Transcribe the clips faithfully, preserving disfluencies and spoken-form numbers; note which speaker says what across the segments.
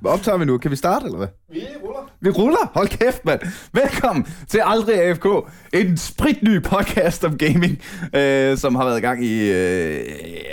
Speaker 1: Hvad optager vi nu? Kan vi starte, eller hvad?
Speaker 2: Vi ruller.
Speaker 1: Vi ruller? Hold kæft, mand. Velkommen til Aldrig A F K. En spritny podcast om gaming, øh, som har været i gang i øh,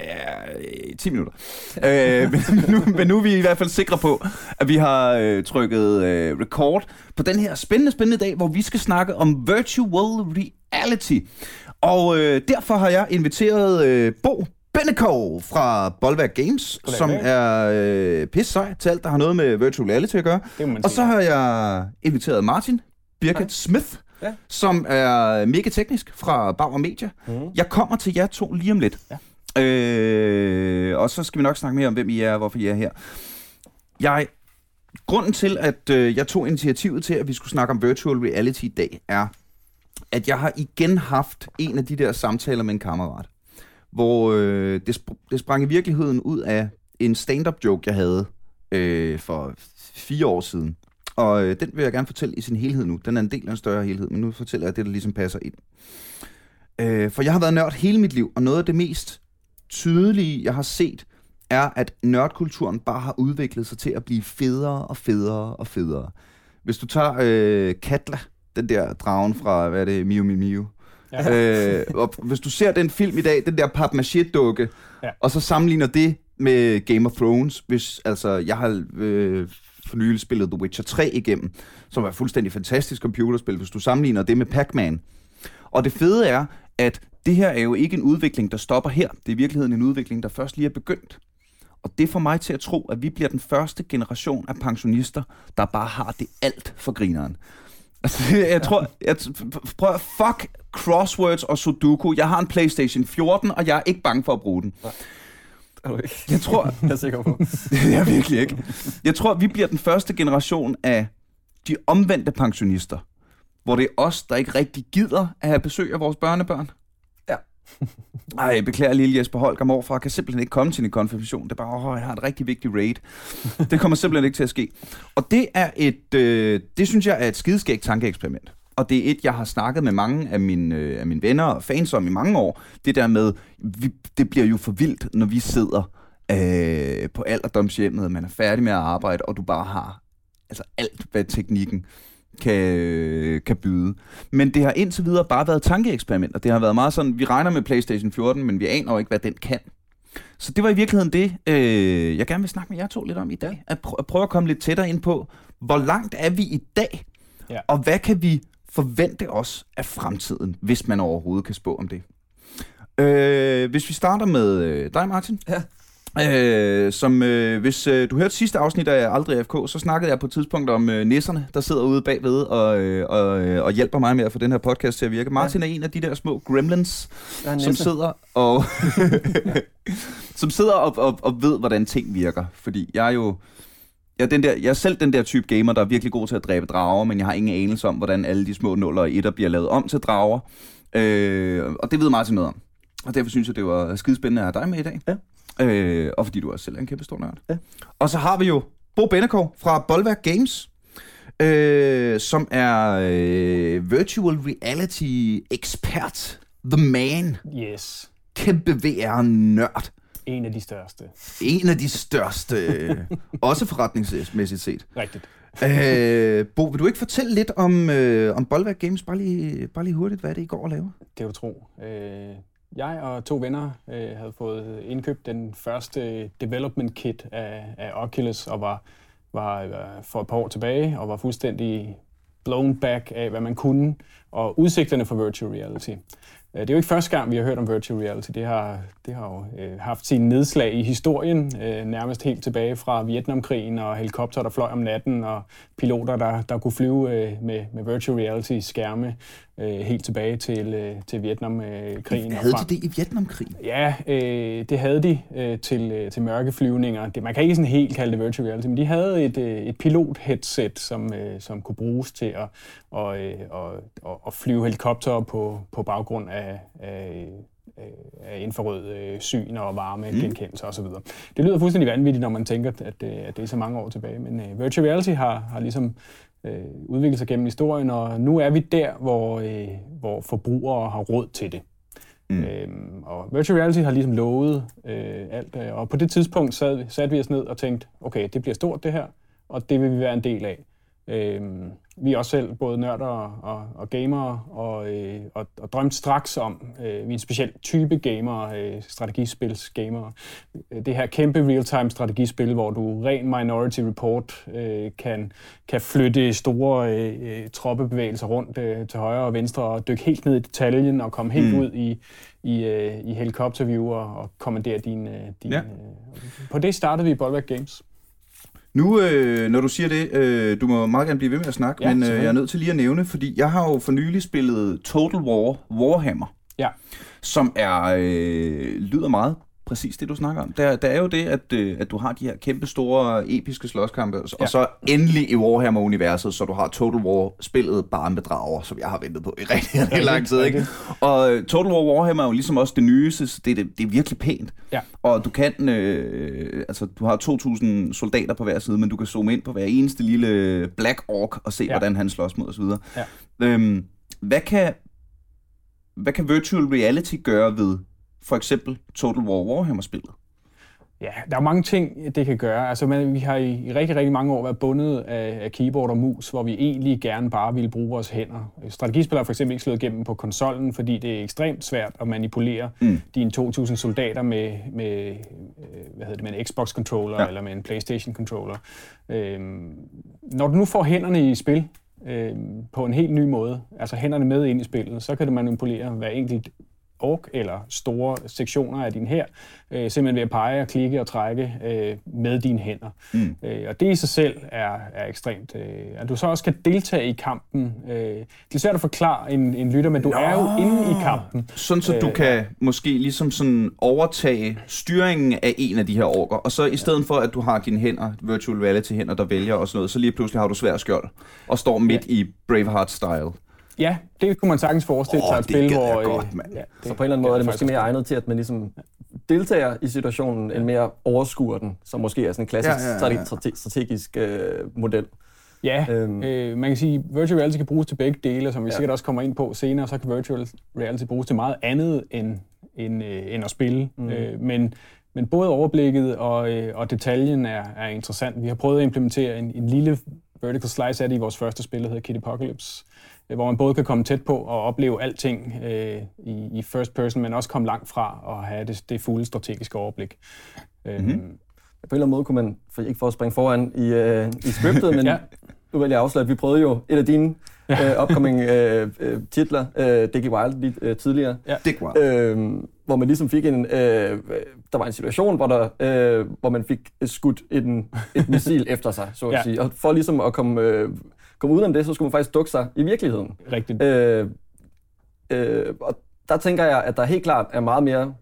Speaker 1: ti minutter. øh, men, nu, men nu er vi i hvert fald sikre på, at vi har øh, trykket øh, record på den her spændende, spændende dag, hvor vi skal snakke om virtual reality. Og øh, derfor har jeg inviteret øh, Bo Bennekow fra Bolværk Games, Goddag, som er øh, pisse sej til alt, der har noget med virtual reality at gøre. Og så har jeg inviteret Martin Birgit ja. Smith, ja. som er mega teknisk fra Bauer Media. Mm. Jeg kommer til jer to lige om lidt. Ja. Øh, og så skal vi nok snakke mere om, hvem I er og hvorfor I er her. Jeg, grunden til, at øh, jeg tog initiativet til, at vi skulle snakke om virtual reality i dag, er, at jeg har igen haft en af de der samtaler med en kammerat, hvor øh, det, sp- det sprang i virkeligheden ud af en stand-up joke, jeg havde øh, for fire år siden. Og øh, den vil jeg gerne fortælle i sin helhed nu. Den er en del af en større helhed, men nu fortæller jeg det, der ligesom passer ind. Øh, for jeg har været nørd hele mit liv, og noget af det mest tydelige, jeg har set, er, at nørdkulturen bare har udviklet sig til at blive federe og federe og federe. Hvis du tager øh, Katla, den der dragen fra, hvad er det, Miu Miu Miu, ja. øh, og hvis du ser den film i dag, den der papier-mâché-dukke, ja. og så sammenligner det med Game of Thrones, hvis altså jeg har øh, for nylig spillet The Witcher tre igennem, som er et fuldstændig fantastisk computerspil, hvis du sammenligner det med Pac-Man. Og det fede er, at det her er jo ikke en udvikling, der stopper her. Det er i virkeligheden en udvikling, der først lige er begyndt. Og det får mig til at tro, at vi bliver den første generation af pensionister, der bare har det alt for grineren. Altså, jeg tror, jeg prøver, fuck crosswords og Sudoku. Jeg har en PlayStation fjorten, og jeg er ikke bange for at bruge den.
Speaker 2: Okay.
Speaker 1: Jeg tror,
Speaker 2: jeg er sikker på.
Speaker 1: jeg er virkelig ikke. Jeg tror, vi bliver den første generation af de omvendte pensionister, hvor det er os, der ikke rigtig gider at have besøg af vores børnebørn.
Speaker 2: Ja.
Speaker 1: Ej, jeg beklager, lille Jesper Holger morfar kan simpelthen ikke komme til en konfirmation. Det er bare, åh, jeg har et rigtig vigtigt raid. Det kommer simpelthen ikke til at ske. Og det er et, øh, det synes jeg er et skideskægt tankeeksperiment. Og det er et, jeg har snakket med mange af mine, øh, af mine venner og fans om i mange år. Det der med, vi, det bliver jo for vildt, når vi sidder øh, på alderdomshjemmet, og man er færdig med at arbejde, og du bare har altså alt, hvad teknikken Kan, kan byde. Men det har indtil videre bare været tankeeksperimenter. Det har været meget sådan, vi regner med PlayStation fjorten, men vi aner jo ikke, hvad den kan. Så det var i virkeligheden det, øh, jeg gerne vil snakke med jer to lidt om i dag. At, pr- at prøve at komme lidt tættere ind på, hvor langt er vi i dag? Ja. Og hvad kan vi forvente os af fremtiden, hvis man overhovedet kan spå om det? Øh, hvis vi starter med øh, dig, Martin.
Speaker 2: Ja.
Speaker 1: Øh, som øh, hvis øh, du hørte sidste afsnit af Aldrig A F K, så snakkede jeg på et tidspunkt om øh, nisserne, der sidder ude bagved og, øh, og, øh, og hjælper mig med at få den her podcast til at virke. Martin ja. er en af de der små gremlins, som sidder og som sidder og, og, og ved, hvordan ting virker. Fordi jeg er jo jeg er, den der, jeg er selv den der type gamer, der er virkelig god til at dræbe drager, men jeg har ingen anelse om, hvordan alle de små nuller og etter bliver lavet om til drager. Øh, og det ved Martin noget om. Og derfor synes jeg, det var skidespændende at have dig med i dag. Ja. Øh, og fordi du også selv er en kæmpe stor nørd. Ja. Og så har vi jo Bo Bennekow fra Bolværk Games, øh, som er øh, virtual reality ekspert. The man.
Speaker 2: Yes.
Speaker 1: Kæmpe V R-nørd.
Speaker 2: En af de største.
Speaker 1: En af de største. Også forretningsmæssigt set.
Speaker 2: Rigtigt.
Speaker 1: øh, Bo, vil du ikke fortælle lidt om, øh, om Bolværk Games? Bare lige, bare lige hurtigt, hvad er det, I går og laver?
Speaker 2: Det er jo tro. Øh... Jeg og to venner øh, havde fået indkøbt den første development kit af, af Oculus, og var, var øh, for et par år tilbage, og var fuldstændig blown back af, hvad man kunne, og udsigterne for virtual reality. Det er jo ikke første gang, vi har hørt om virtual reality. Det har, det har jo øh, haft sine nedslag i historien, øh, nærmest helt tilbage fra Vietnamkrigen, og helikopter, der fløj om natten, og piloter, der, der kunne flyve øh, med, med virtual reality-skærme øh, helt tilbage til, øh, til Vietnamkrigen.
Speaker 1: Havde de det i Vietnamkrigen?
Speaker 2: Ja, øh, det havde de øh, til, øh, til mørkeflyvninger. Det, man kan ikke sådan helt kalde det virtual reality, men de havde et, øh, et pilot-headset, som, øh, som kunne bruges til at og, øh, og, og, og flyve helikoptere på, på baggrund af Af, af, af infrarød øh, syn og varme, mm. genkendelse osv. Det lyder fuldstændig vanvittigt, når man tænker, at det, at det er så mange år tilbage. Men øh, virtual reality har, har ligesom øh, udviklet sig gennem historien, og nu er vi der, hvor, øh, hvor forbrugere har råd til det. Mm. Øhm, og virtual reality har ligesom lovet øh, alt. Og på det tidspunkt sad, satte vi os ned og tænkte, okay, det bliver stort det her. og det vil vi være en del af. Øh, vi er også selv både nørder og, og, og gamere, og, øh, og, og drømte straks om, øh, vi er en speciel type gamer, øh, strategispils-gamer. Det her kæmpe real-time strategispil, hvor du ren Minority Report øh, kan, kan flytte store øh, troppebevægelser rundt øh, til højre og venstre, og dykke helt ned i detaljen, og komme helt mm. ud i, i, øh, i helikopterview og, og kommandere din... Øh, din ja. øh, på det startede vi i Bolværk Games.
Speaker 1: Nu, øh, når du siger det, øh, du må meget gerne blive ved med at snakke, ja, men øh, jeg er nødt til lige at nævne, fordi jeg har jo for nylig spillet Total War Warhammer,
Speaker 2: ja. som
Speaker 1: er øh, lyder meget præcis det, du snakker om. Der, der er jo det, at, øh, at du har de her kæmpe store episke slåskampe, ja. og så endelig i Warhammer-universet, så du har Total War-spillet bare med drager, som jeg har ventet på i rigtig, rigtig lang tid. Ikke? Og øh, Total War Warhammer er jo ligesom også det nyeste, så det, det, det er virkelig pænt. Ja. Og du kan, øh, altså du har to tusind soldater på hver side, men du kan zoome ind på hver eneste lille Black Orc og se, ja. hvordan han slås mod osv. Ja. Øhm, hvad kan, hvad kan virtual reality gøre ved for eksempel Total War Warhammer-spillet?
Speaker 2: Ja, der er mange ting, det kan gøre. Altså, man, vi har i, i rigtig, rigtig mange år været bundet af, af keyboard og mus, hvor vi egentlig gerne bare ville bruge vores hænder. Strategispil har for eksempel ikke slået igennem på konsollen, fordi det er ekstremt svært at manipulere mm. dine to tusind soldater med, med, hvad hedder det, med en Xbox-controller ja. eller med en PlayStation-controller. Øhm, når du nu får hænderne i spil øhm, på en helt ny måde, altså hænderne med ind i spillet, så kan du manipulere hver enkelt ork eller store sektioner af din hær, øh, simpelthen ved at pege og klikke og trække øh, med dine hænder. Mm. Øh, og det i sig selv er, er ekstremt. Øh, at du så også kan deltage i kampen. Øh, det er svært at forklare en, en lytter, men du Nå. er jo inde i kampen.
Speaker 1: Sådan så du øh, kan måske ligesom sådan overtage styringen af en af de her orker, og så i stedet for, at du har dine hænder, virtual reality hænder, der vælger og sådan noget, så lige pludselig har du sværd skjold og står midt ja. i Braveheart-style.
Speaker 2: Ja, det kunne man sagtens forestille sig
Speaker 1: oh,
Speaker 2: et spil, hvor...
Speaker 1: Godt,
Speaker 3: ja, så på en eller anden måde er det måske mere egnet til, at man ligesom deltager i situationen, end mere overskuer den, som måske er sådan en klassisk ja, ja, ja. strate- strategisk øh, model.
Speaker 2: Ja, øhm. øh, man kan sige, at virtual reality kan bruges til begge dele, som vi ja. sikkert også kommer ind på senere, så kan virtual reality bruges til meget andet end, end, øh, end at spille. Mm. Øh, men, men både overblikket og, øh, og detaljen er, er interessant. Vi har prøvet at implementere en, en lille vertical slice af det i vores første spil, der hedder Kid Apocalypse, hvor man både kan komme tæt på og opleve alting øh, i, i first person, men også komme langt fra og have det, det fulde strategiske overblik.
Speaker 3: Mm-hmm. Øhm. På en eller anden måde kunne man, for ikke for at springe foran i, øh, i scriptet, men ja. nu vil jeg afsløre, at vi prøvede jo et af dine øh, upcoming øh, øh, titler, øh, Dick Wild, lidt øh, tidligere,
Speaker 1: ja. Dick Wild.
Speaker 3: Øh, hvor man ligesom fik en, øh, der var en situation, hvor, der, øh, hvor man fik skudt en, et missil efter sig, så at ja. sige, og for ligesom at komme... Øh, komme ud af det, så skulle man faktisk dukke sig i virkeligheden.
Speaker 2: Rigtigt.
Speaker 3: Øh, øh, og der tænker jeg, at der helt klart er meget mere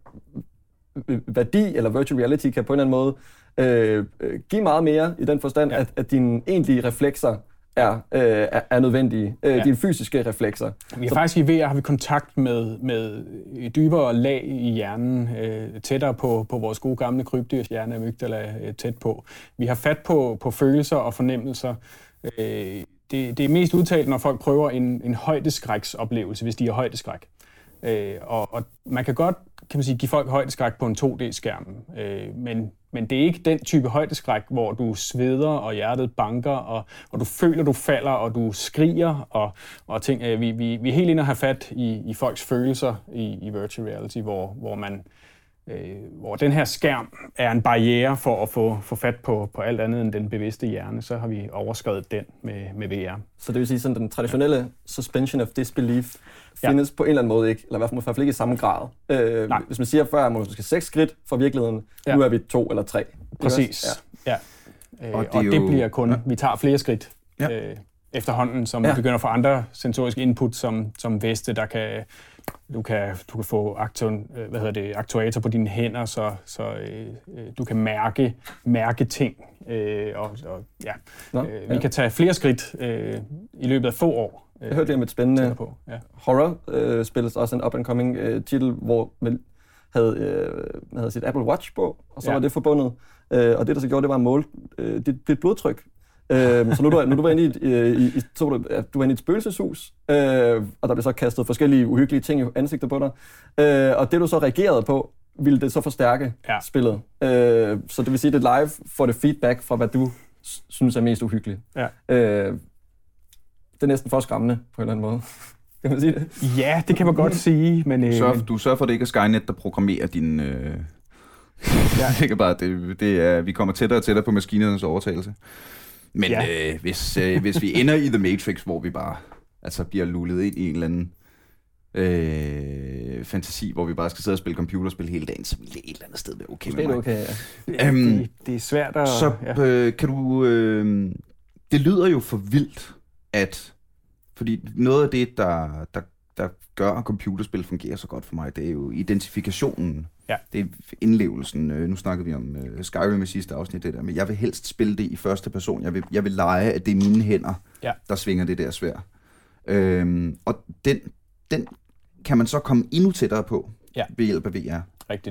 Speaker 3: værdi, eller virtual reality kan på en eller anden måde øh, give meget mere i den forstand, ja. at, at dine egentlige reflekser er, øh, er, er nødvendige. Øh, ja. Dine fysiske reflekser.
Speaker 2: Vi har faktisk i V R har vi kontakt med, med dybere lag i hjernen, øh, tættere på, på vores gode gamle krybdyrs hjerne, amygdala øh, tæt på. Vi har fat på, på følelser og fornemmelser. Øh, Det, det er mest udtalt, når folk prøver en, en højdeskræksoplevelse, hvis de har højdeskræk. Øh, og, og man kan godt kan man sige, give folk højdeskræk på en to D-skærm, øh, men, men det er ikke den type højdeskræk, hvor du sveder og hjertet banker, og, og du føler, du falder, og du skriger, og, og ting. Øh, vi, vi, vi er helt inde at have fat i, i folks følelser i, i virtual reality, hvor, hvor man... Øh, hvor den her skærm er en barriere for at få, få fat på, på alt andet end den bevidste hjerne, så har vi overskredet den med, med V R.
Speaker 3: Så det vil sige, at den traditionelle suspension of disbelief findes ja. på en eller anden måde ikke, eller i hvert fald ikke i samme grad. Øh, hvis man siger før, at man skal seks skridt fra virkeligheden, ja. nu er vi to eller tre.
Speaker 2: Præcis, ja. ja. Øh, og det, og det jo... bliver kun, ja. vi tager flere skridt ja. øh, efterhånden, som ja. vi begynder at få andre sensoriske input, som, som veste, der kan... Du kan, du kan få aktu, hvad hedder det, aktuator på dine hænder, så, så øh, du kan mærke, mærke ting. Øh, og, og, ja. Nå, øh, vi ja. kan tage flere skridt øh, i løbet af få år.
Speaker 3: Øh, Jeg hørte om et spændende på. Ja. horror-spil, øh, også en up-and-coming øh, titel, hvor man havde, øh, man havde sit Apple Watch på, og så ja. var det forbundet. Øh, og det, der så gjorde, det var at måle øh, dit, dit blodtryk. øh, så nu er du, nu du var inde i, i, i, så du, du var inde i et spøgelseshus, øh, og der blev så kastet forskellige uhyggelige ting i ansigtet på dig. Øh, og det du så reagerede på, ville det så forstærke ja. spillet. Øh, så det vil sige, at det live får det feedback fra, hvad du synes er mest uhyggelig.
Speaker 2: Ja.
Speaker 3: Øh, det er næsten for skræmmende, på en eller anden måde. Kan man sige det?
Speaker 2: Ja, det kan man godt sige, men...
Speaker 1: Du
Speaker 2: øh,
Speaker 1: sørger,
Speaker 2: men-
Speaker 1: du sørger for, at det ikke er Skynet, der programmerer din... Øh...
Speaker 2: Ja.
Speaker 1: det kan bare, det, det er, vi kommer tættere og tættere på maskinernes overtagelse. Men
Speaker 2: Ja.
Speaker 1: øh, hvis, øh, hvis vi ender i The Matrix, hvor vi bare altså, bliver lullet ind i en eller anden øh, fantasi, hvor vi bare skal sidde og spille computerspil hele dagen, så vil det et eller andet sted være okay
Speaker 3: Det
Speaker 1: med
Speaker 3: er
Speaker 1: mig.
Speaker 3: okay, ja.
Speaker 2: det,
Speaker 1: Øhm,
Speaker 2: det, det er svært at...
Speaker 1: Så
Speaker 2: ja.
Speaker 1: øh, kan du... Øh, det lyder jo for vildt, at... Fordi noget af det, der, der, der gør, at computerspil fungerer så godt for mig, det er jo identifikationen.
Speaker 2: Ja.
Speaker 1: Det er indlevelsen. Øh, nu snakkede vi om øh, Skyrim i sidste afsnit, det der, men jeg vil helst spille det i første person. Jeg vil, jeg vil lege, at det er mine hænder,
Speaker 2: Ja.
Speaker 1: der svinger det der sværd. Øhm, og den, den kan man så komme endnu tættere på
Speaker 2: Ja.
Speaker 1: ved hjælp af V R.
Speaker 2: Rigtigt.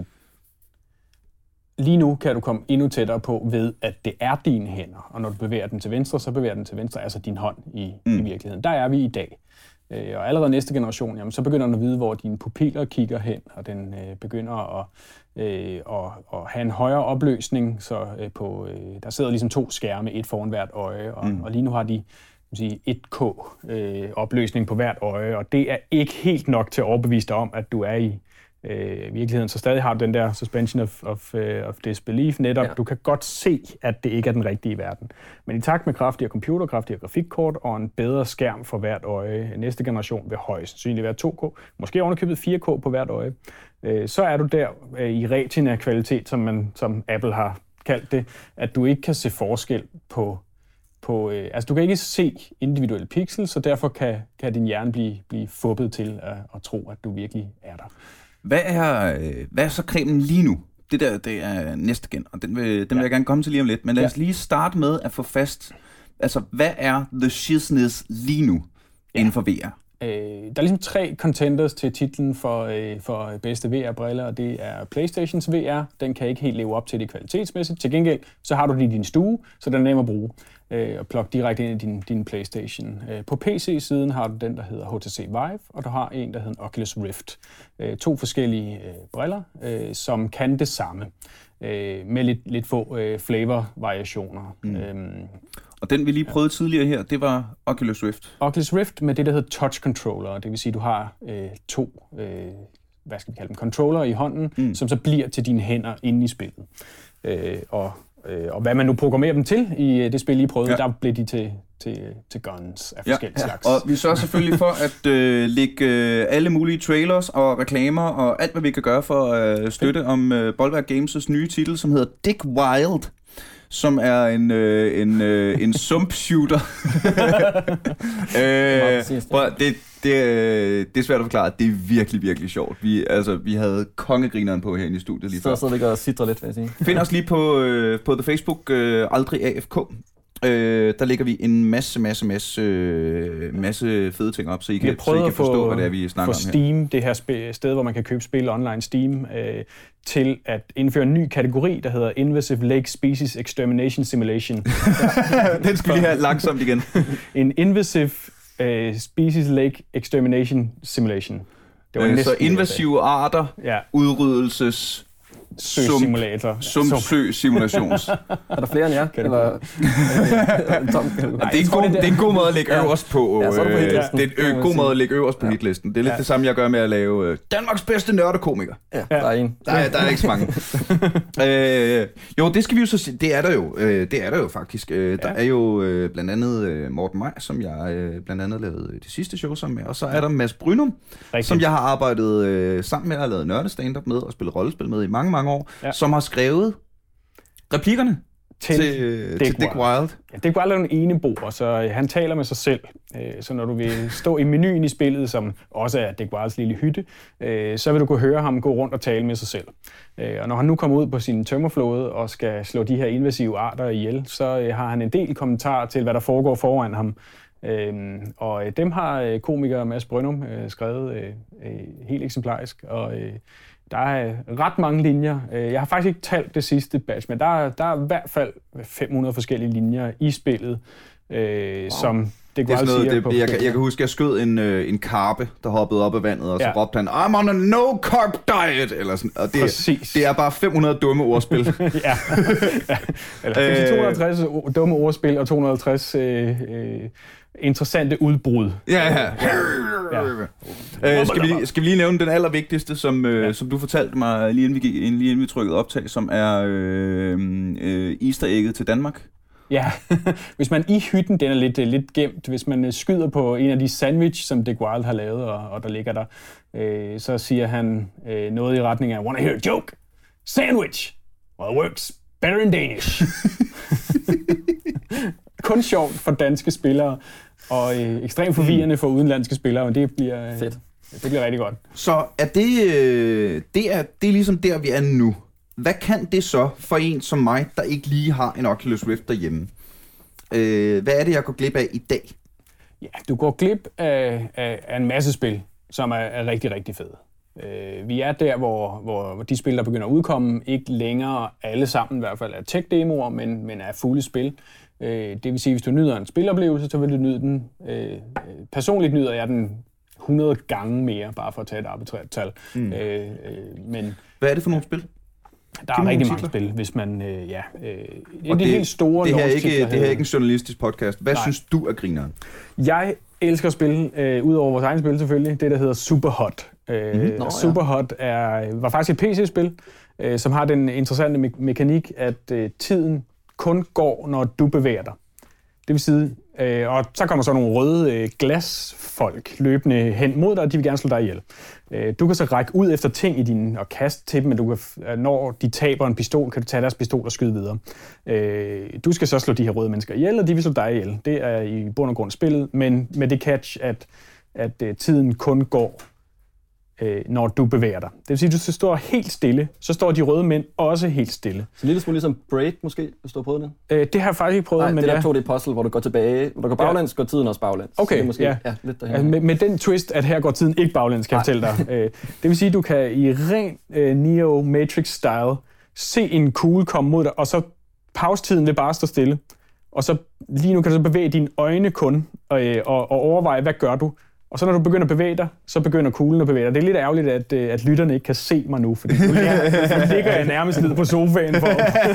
Speaker 2: Lige nu kan du komme endnu tættere på ved, at det er dine hænder, og når du bevæger den til venstre, så bevæger den til venstre, altså din hånd i, mm. i virkeligheden. Der er vi i dag. Øh, og allerede næste generation, jamen, så begynder den at vide, hvor dine pupiller kigger hen, og den øh, begynder at, øh, at, at have en højere opløsning. Så øh, på, øh, der sidder ligesom to skærme, et foran hvert øje, og, mm. og lige nu har de sige, et K øh, opløsning på hvert øje, og det er ikke helt nok til at overbevise dig om, at du er i øh, virkeligheden. Så stadig har du den der suspension of, of, uh, of disbelief netop. Ja. Du kan godt se, at det ikke er den rigtige verden. Men i takt med kraftigere computer, kraftigere grafikkort og en bedre skærm for hvert øje, næste generation vil højst sandsynligt være to K, måske ovenikøbet fire K på hvert øje, øh, så er du der øh, i retina-kvalitet, som, man, som Apple har kaldt det, at du ikke kan se forskel på På, øh, altså du kan ikke se individuelle pixels, så derfor kan, kan din hjerne blive, blive fubbet til at, at tro, at du virkelig er der.
Speaker 1: Hvad er, øh, hvad er så cremen lige nu? Det der, det er næste gen, og den vil, den vil
Speaker 2: Ja.
Speaker 1: jeg gerne komme til lige om lidt. Men lad os
Speaker 2: Ja.
Speaker 1: lige starte med at få fast, altså hvad er the shizness lige nu
Speaker 2: Ja.
Speaker 1: inden for V R?
Speaker 2: Øh, der er ligesom tre contenders til titlen for, øh, for bedste V R-briller, og det er PlayStations V R. Den kan ikke helt leve op til det kvalitetsmæssigt. Til gengæld, så har du den i din stue, så den er nem at bruge øh, og plukke direkte ind i din, din PlayStation. Øh, på P C-siden har du den, der hedder H T C Vive, og du har en, der hedder Oculus Rift. Øh, to forskellige øh, briller, øh, som kan det samme, øh, med lidt, lidt få øh, flavor-variationer. Mm. Øhm,
Speaker 1: Og den vi lige prøvede tidligere her, det var Oculus Rift.
Speaker 2: Oculus Rift med det, der hedder touch controller, det vil sige, at du har øh, to øh, hvad skal vi kalde dem, controller i hånden, mm. som så bliver til dine hænder inde i spillet. Øh, og, øh, og hvad man nu programmerer dem til i øh, det spil, I prøvede, ja. der blev de til, til, til guns af forskellige ja. slags.
Speaker 1: Og vi sørger selvfølgelig for at øh, lægge øh, alle mulige trailers og reklamer og alt, hvad vi kan gøre for at øh, støtte om øh, Bolværk Games' nye titel, som hedder Dick Wild, som er en, øh, en, øh, en sump-shooter. øh, prøv, det, det, det er svært at forklare. Det er virkelig, virkelig sjovt. Vi, altså, vi havde kongegrineren på herinde i studiet lige før.
Speaker 3: Så sidder vi og sidder lidt, vil jeg sige.
Speaker 1: Find os lige på, øh, på The Facebook, øh, aldrig A F K. Øh, der lægger vi en masse, masse, masse, øh, masse fede ting op, så I kan, så I kan forstå,
Speaker 2: få,
Speaker 1: hvad det er, vi snakker
Speaker 2: for
Speaker 1: om her.
Speaker 2: Steam, det her sp- sted, hvor man kan købe spil online, Steam, øh, til at indføre en ny kategori, der hedder Invasive Lake Species Extermination Simulation.
Speaker 1: Den skal vi lige have langsomt igen.
Speaker 2: En Invasive uh, Species Lake Extermination Simulation. Det
Speaker 1: Øh, så
Speaker 2: næsten,
Speaker 1: invasive arter,
Speaker 2: ja.
Speaker 1: udryddelses,
Speaker 2: Sø-simulator.
Speaker 1: sumpsø-simulations.
Speaker 3: Er der flere end jer?
Speaker 2: Kan
Speaker 3: Eller,
Speaker 2: det
Speaker 3: Tom,
Speaker 1: det, er en god, det er en god måde at lægge øverst på.
Speaker 3: Ja, så er det på
Speaker 1: øh,
Speaker 3: hitlisten,
Speaker 1: det er en god måde at lægge øverst på
Speaker 3: Ja.
Speaker 1: hitlisten. Det er lidt
Speaker 2: Ja.
Speaker 1: det samme, jeg gør med at lave øh, Danmarks bedste nørdekomiker.
Speaker 3: Ja, der er en.
Speaker 1: Der er, der er ikke så mange. øh, jo, det skal vi jo så sige. Det er der jo. Øh, det er der jo faktisk. Øh, der
Speaker 2: Ja.
Speaker 1: er jo øh, blandt andet øh, Morten Maj, som jeg øh, blandt andet lavede det sidste show sammen med. Og så er der Mads Brynum,
Speaker 2: Rigtigt.
Speaker 1: som jeg har arbejdet øh, sammen med og lavet nørdestand-up med og spillet rollespil med i mange, mange år.
Speaker 2: Ja.
Speaker 1: Som har skrevet replikkerne
Speaker 2: til,
Speaker 1: til, øh, til Dick Wild.
Speaker 2: Ja, Dick Wild er en eneboer, så øh, han taler med sig selv. Øh, så når du vil stå i menuen i spillet, som også er Dick Wilds lille hytte, øh, så vil du kunne høre ham gå rundt og tale med sig selv. Øh, og når han nu kommer ud på sin tømmerflåde og skal slå de her invasive arter ihjel, så øh, har han en del kommentarer til, hvad der foregår foran ham. Øhm, og øh, dem har øh, komiker Mads Brynum øh, skrevet øh, øh, helt eksemplarisk, og øh, der er ret mange linjer. Jeg har faktisk ikke talt det sidste batch, men der er, der er i hvert fald fem hundrede forskellige linjer i spillet, øh, wow. som det,
Speaker 1: det er sådan noget, det, jeg, jeg, jeg kan huske, jeg skød en, øh, en karpe, der hoppede op af vandet, og så ja. råbte han, I'm on a no-carb diet, eller sådan, og det, det er bare fem hundrede dumme ordspil.
Speaker 2: ja. ja, eller to hundrede og halvtreds dumme ordspil, og to hundrede og halvtreds øh, øh, interessante udbrud.
Speaker 1: Ja, ja. ja. Øh, skal, vi, skal vi lige nævne den allervigtigste, som, øh, ja. som du fortalte mig, lige inden vi, gik, lige inden vi trykkede optag, som er øh, øh, Easter ægget til Danmark?
Speaker 2: Ja, hvis man i hytten, den er lidt, lidt gemt. Hvis man skyder på en af de sandwich, som Dick Wilde har lavet, og, og der ligger der, øh, så siger han øh, noget i retning af, wanna hear a joke? Sandwich! Well, works better in Danish. Kun sjovt for danske spillere, og øh, ekstremt forvirrende for udenlandske spillere, men det bliver, øh,
Speaker 3: fedt.
Speaker 2: Det bliver rigtig godt.
Speaker 1: Så er det, øh, det, er, det er ligesom der, vi er nu. Hvad kan det så for en som mig, der ikke lige har en Oculus Rift derhjemme? Øh, hvad er det, jeg går glip af i dag?
Speaker 2: Ja, du går glip af, af, af en masse spil, som er, er rigtig, rigtig fede. Øh, vi er der, hvor, hvor de spil, der begynder at udkomme, ikke længere alle sammen i hvert fald er tech-demoer, men, men er fulde spil. Øh, det vil sige, hvis du nyder en spiloplevelse, så vil du nyde den. Øh, personligt nyder jeg den hundrede gange mere, bare for at tage et arbitrært tal. Mm. Øh, øh, men
Speaker 1: hvad er det for nogle spil?
Speaker 2: Der er rigtig mange spil, hvis man, øh, ja, øh, det er de helt store
Speaker 1: det her er ikke,
Speaker 2: titler,
Speaker 1: det her er ikke en journalistisk podcast. Hvad Nej. synes du er grineren?
Speaker 2: Jeg elsker at spille, øh, ud over vores egen spil selvfølgelig, det der hedder Superhot. Øh, mm-hmm. Nå, Superhot er, var faktisk et P C-spil, øh, som har den interessante me- mekanik, at øh, tiden kun går, når du bevæger dig. Det vil sige, øh, og så kommer så nogle røde øh, glasfolk løbende hen mod dig, og de vil gerne slå dig ihjel. Øh, du kan så række ud efter ting i din, og kaste til dem, men du kan, når de taber en pistol, kan du tage deres pistol og skyde videre. Øh, du skal så slå de her røde mennesker ihjel, og de vil slå dig ihjel. Det er i bund og grund spillet, men med det catch, at, at øh, tiden kun går, øh, når du bevæger dig. Det vil sige, at du står helt stille, så står de røde mænd også helt stille.
Speaker 3: Så en lille smule ligesom Braid måske, hvis du har prøvet det?
Speaker 2: Øh, det har jeg faktisk ikke prøvet.
Speaker 3: Nej,
Speaker 2: men
Speaker 3: det der
Speaker 2: ja.
Speaker 3: to D-puzzle, hvor du går tilbage, hvor du går baglæns, ja. går tiden også baglæns.
Speaker 2: Okay,
Speaker 3: det er måske,
Speaker 2: ja.
Speaker 3: ja lidt
Speaker 2: altså, med, med den twist, at her går tiden ikke baglæns, skal jeg fortælle dig. øh, det vil sige, at du kan i ren øh, Neo Matrix-style se en kugle komme mod dig, og så pause-tiden vil bare stå stille. Og så lige nu kan du så bevæge dine øjne kun, øh, og, og overveje, hvad gør du? Og så når du begynder at bevæge dig, så begynder kuglen at bevæge dig. Det er lidt ærgerligt, at, at lytterne ikke kan se mig nu, fordi nu ligger jeg nærmest ned på sofaen for,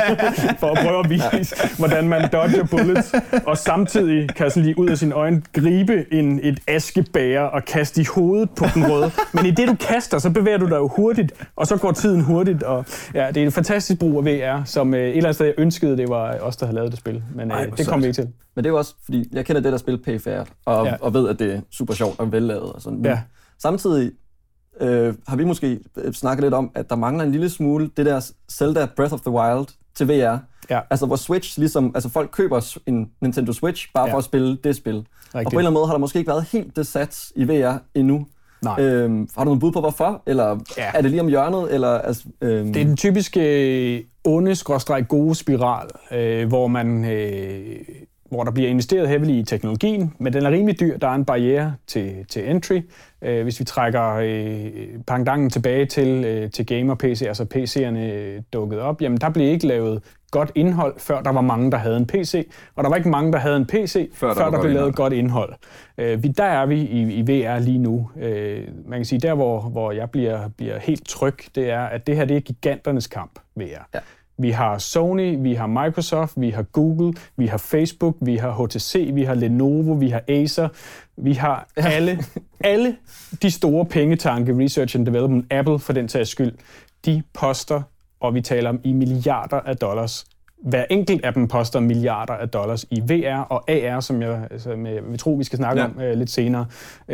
Speaker 2: for at prøve at vise, hvordan man dodger bullets, og samtidig kan sådan lige ud af sine øjne gribe en, et askebæger og kaste i hovedet på den røde. Men i det, du kaster, så bevæger du dig jo hurtigt, og så går tiden hurtigt. Og, ja, det er en fantastisk brug af V R, som et eller andet sted jeg ønskede, det var os, der havde lavet det spil. Men Ej, det kom vi ikke til.
Speaker 3: Men det er jo også, fordi jeg kender det der spil pæfærd, og, ja. og ved, at det er super sjovt og vellavet og sådan. Men ja. samtidig øh, har vi måske snakket lidt om, at der mangler en lille smule det der Zelda Breath of the Wild til V R. Ja. Altså hvor Switch ligesom, altså folk køber en Nintendo Switch bare ja. for at spille det spil. Rigtigt. Og på en eller anden måde har der måske ikke været helt det sats i V R endnu. Nej. Øhm, har du noget bud på hvorfor? Eller ja. er det lige om hjørnet? Eller, altså, øhm...
Speaker 2: Det er den typiske onde-gode spiral, øh, hvor man... Øh, hvor der bliver investeret heavily i teknologien, men den er rimelig dyr. Der er en barriere til, til entry. Øh, hvis vi trækker øh, pangdangen tilbage til, øh, til gamer-P C, altså P C'erne øh, dukket op, jamen der blev ikke lavet godt indhold, før der var mange, der havde en P C, og der var ikke mange, der havde en P C, før der, før der blev lavet indhold. godt indhold. Øh, vi, der er vi i, i V R lige nu. Øh, man kan sige, der hvor, hvor jeg bliver, bliver helt tryg, det er, at det her det er giganternes kamp, V R. Ja. Vi har Sony, vi har Microsoft, vi har Google, vi har Facebook, vi har H T C, vi har Lenovo, vi har Acer, vi har alle, alle de store pengetanke, Research and Development, Apple for den tages skyld, de poster, og vi taler om i milliarder af dollars. Hver enkelt af dem poster milliarder af dollars i V R og A R, som jeg, som jeg vil tro, vi skal snakke ja. om uh, lidt senere.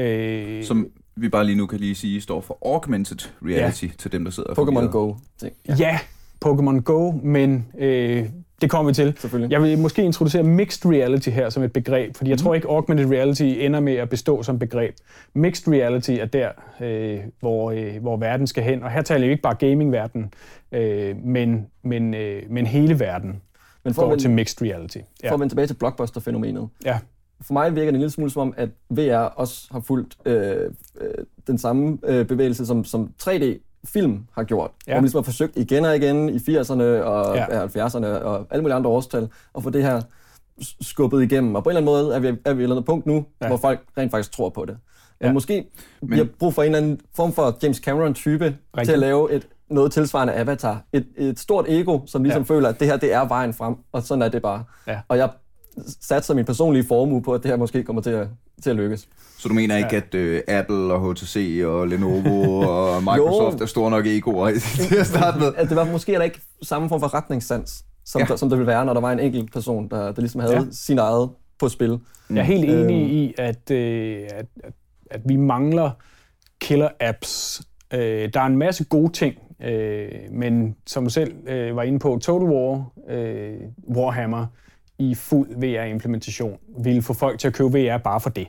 Speaker 2: Uh,
Speaker 1: som vi bare lige nu kan lige sige, står for Augmented Reality ja. til dem, der sidder og
Speaker 3: Pokémon Go.
Speaker 2: Ja. ja. Pokémon Go, men øh, det kommer vi til. Jeg vil måske introducere mixed reality her som et begreb, fordi jeg mm. tror ikke, augmented reality ender med at bestå som begreb. Mixed reality er der, øh, hvor, øh, hvor verden skal hen, og her taler jeg ikke bare gaming-verden, øh, men, men, øh, men hele verden men går vende, til mixed reality.
Speaker 3: Ja. For at vende tilbage til blockbuster-fænomenet.
Speaker 2: Ja.
Speaker 3: For mig virker det en lille smule som om, at V R også har fulgt øh, øh, den samme øh, bevægelse, som, som tre D film har gjort. Ja. Hvor man ligesom har forsøgt igen og igen i firserne og ja. halvfjerdserne og alle mulige andre årstal at få det her skubbet igennem, og på en eller anden måde er vi, er vi et eller andet punkt nu, ja. hvor folk rent faktisk tror på det. Men ja. måske Men... vi har brug for en eller anden form for James Cameron-type Rigtig. til at lave et noget tilsvarende Avatar. Et, et stort ego, som ligesom ja. føler, at det her, det er vejen frem, og sådan er det bare. Ja. Og jeg satser min personlige formue på, at det her måske kommer til at, til at lykkes.
Speaker 1: Så du mener ikke, ja. at øh, Apple og H T C og Lenovo og Microsoft er store nok egoer til at starte med?
Speaker 3: At det var måske er der ikke samme form for retningssans, som, ja. der, som der ville være, når der var en enkelt person, der, der ligesom havde ja. sin eget på spil.
Speaker 2: Jeg er helt enig øh, i, at, øh, at, at, at vi mangler killer-apps. Øh, der er en masse gode ting, øh, men som du selv øh, var inde på, Total War, øh, Warhammer i fuld V R-implementation ville få folk til at købe V R bare for det.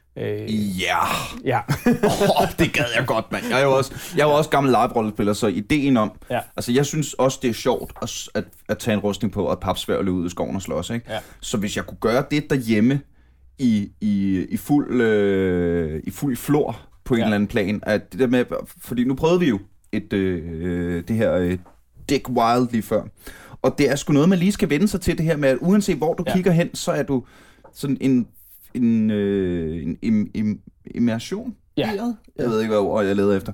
Speaker 1: Øh, ja.
Speaker 2: Ja.
Speaker 1: oh, det gad jeg godt, mand. Jeg er jo også, jeg er jo også gammel live-rollespiller, så ideen om... Ja. Altså, jeg synes også, det er sjovt at, at, at tage en rustning på og et papsværd og løbe ud i skoven og slås, ikke? Ja. Så hvis jeg kunne gøre det derhjemme i, i, i fuld øh, i fuld flor på en ja. eller anden plan, at det der med... Fordi nu prøvede vi jo et, øh, det her øh, Dick Wild lige før. Og det er sgu noget, man lige skal vende sig til det her med, at uanset hvor du ja. kigger hen, så er du sådan en... en, øh, en im, im, immersion.
Speaker 2: Ja.
Speaker 1: Jeg ved ikke, hvad ord jeg leder efter.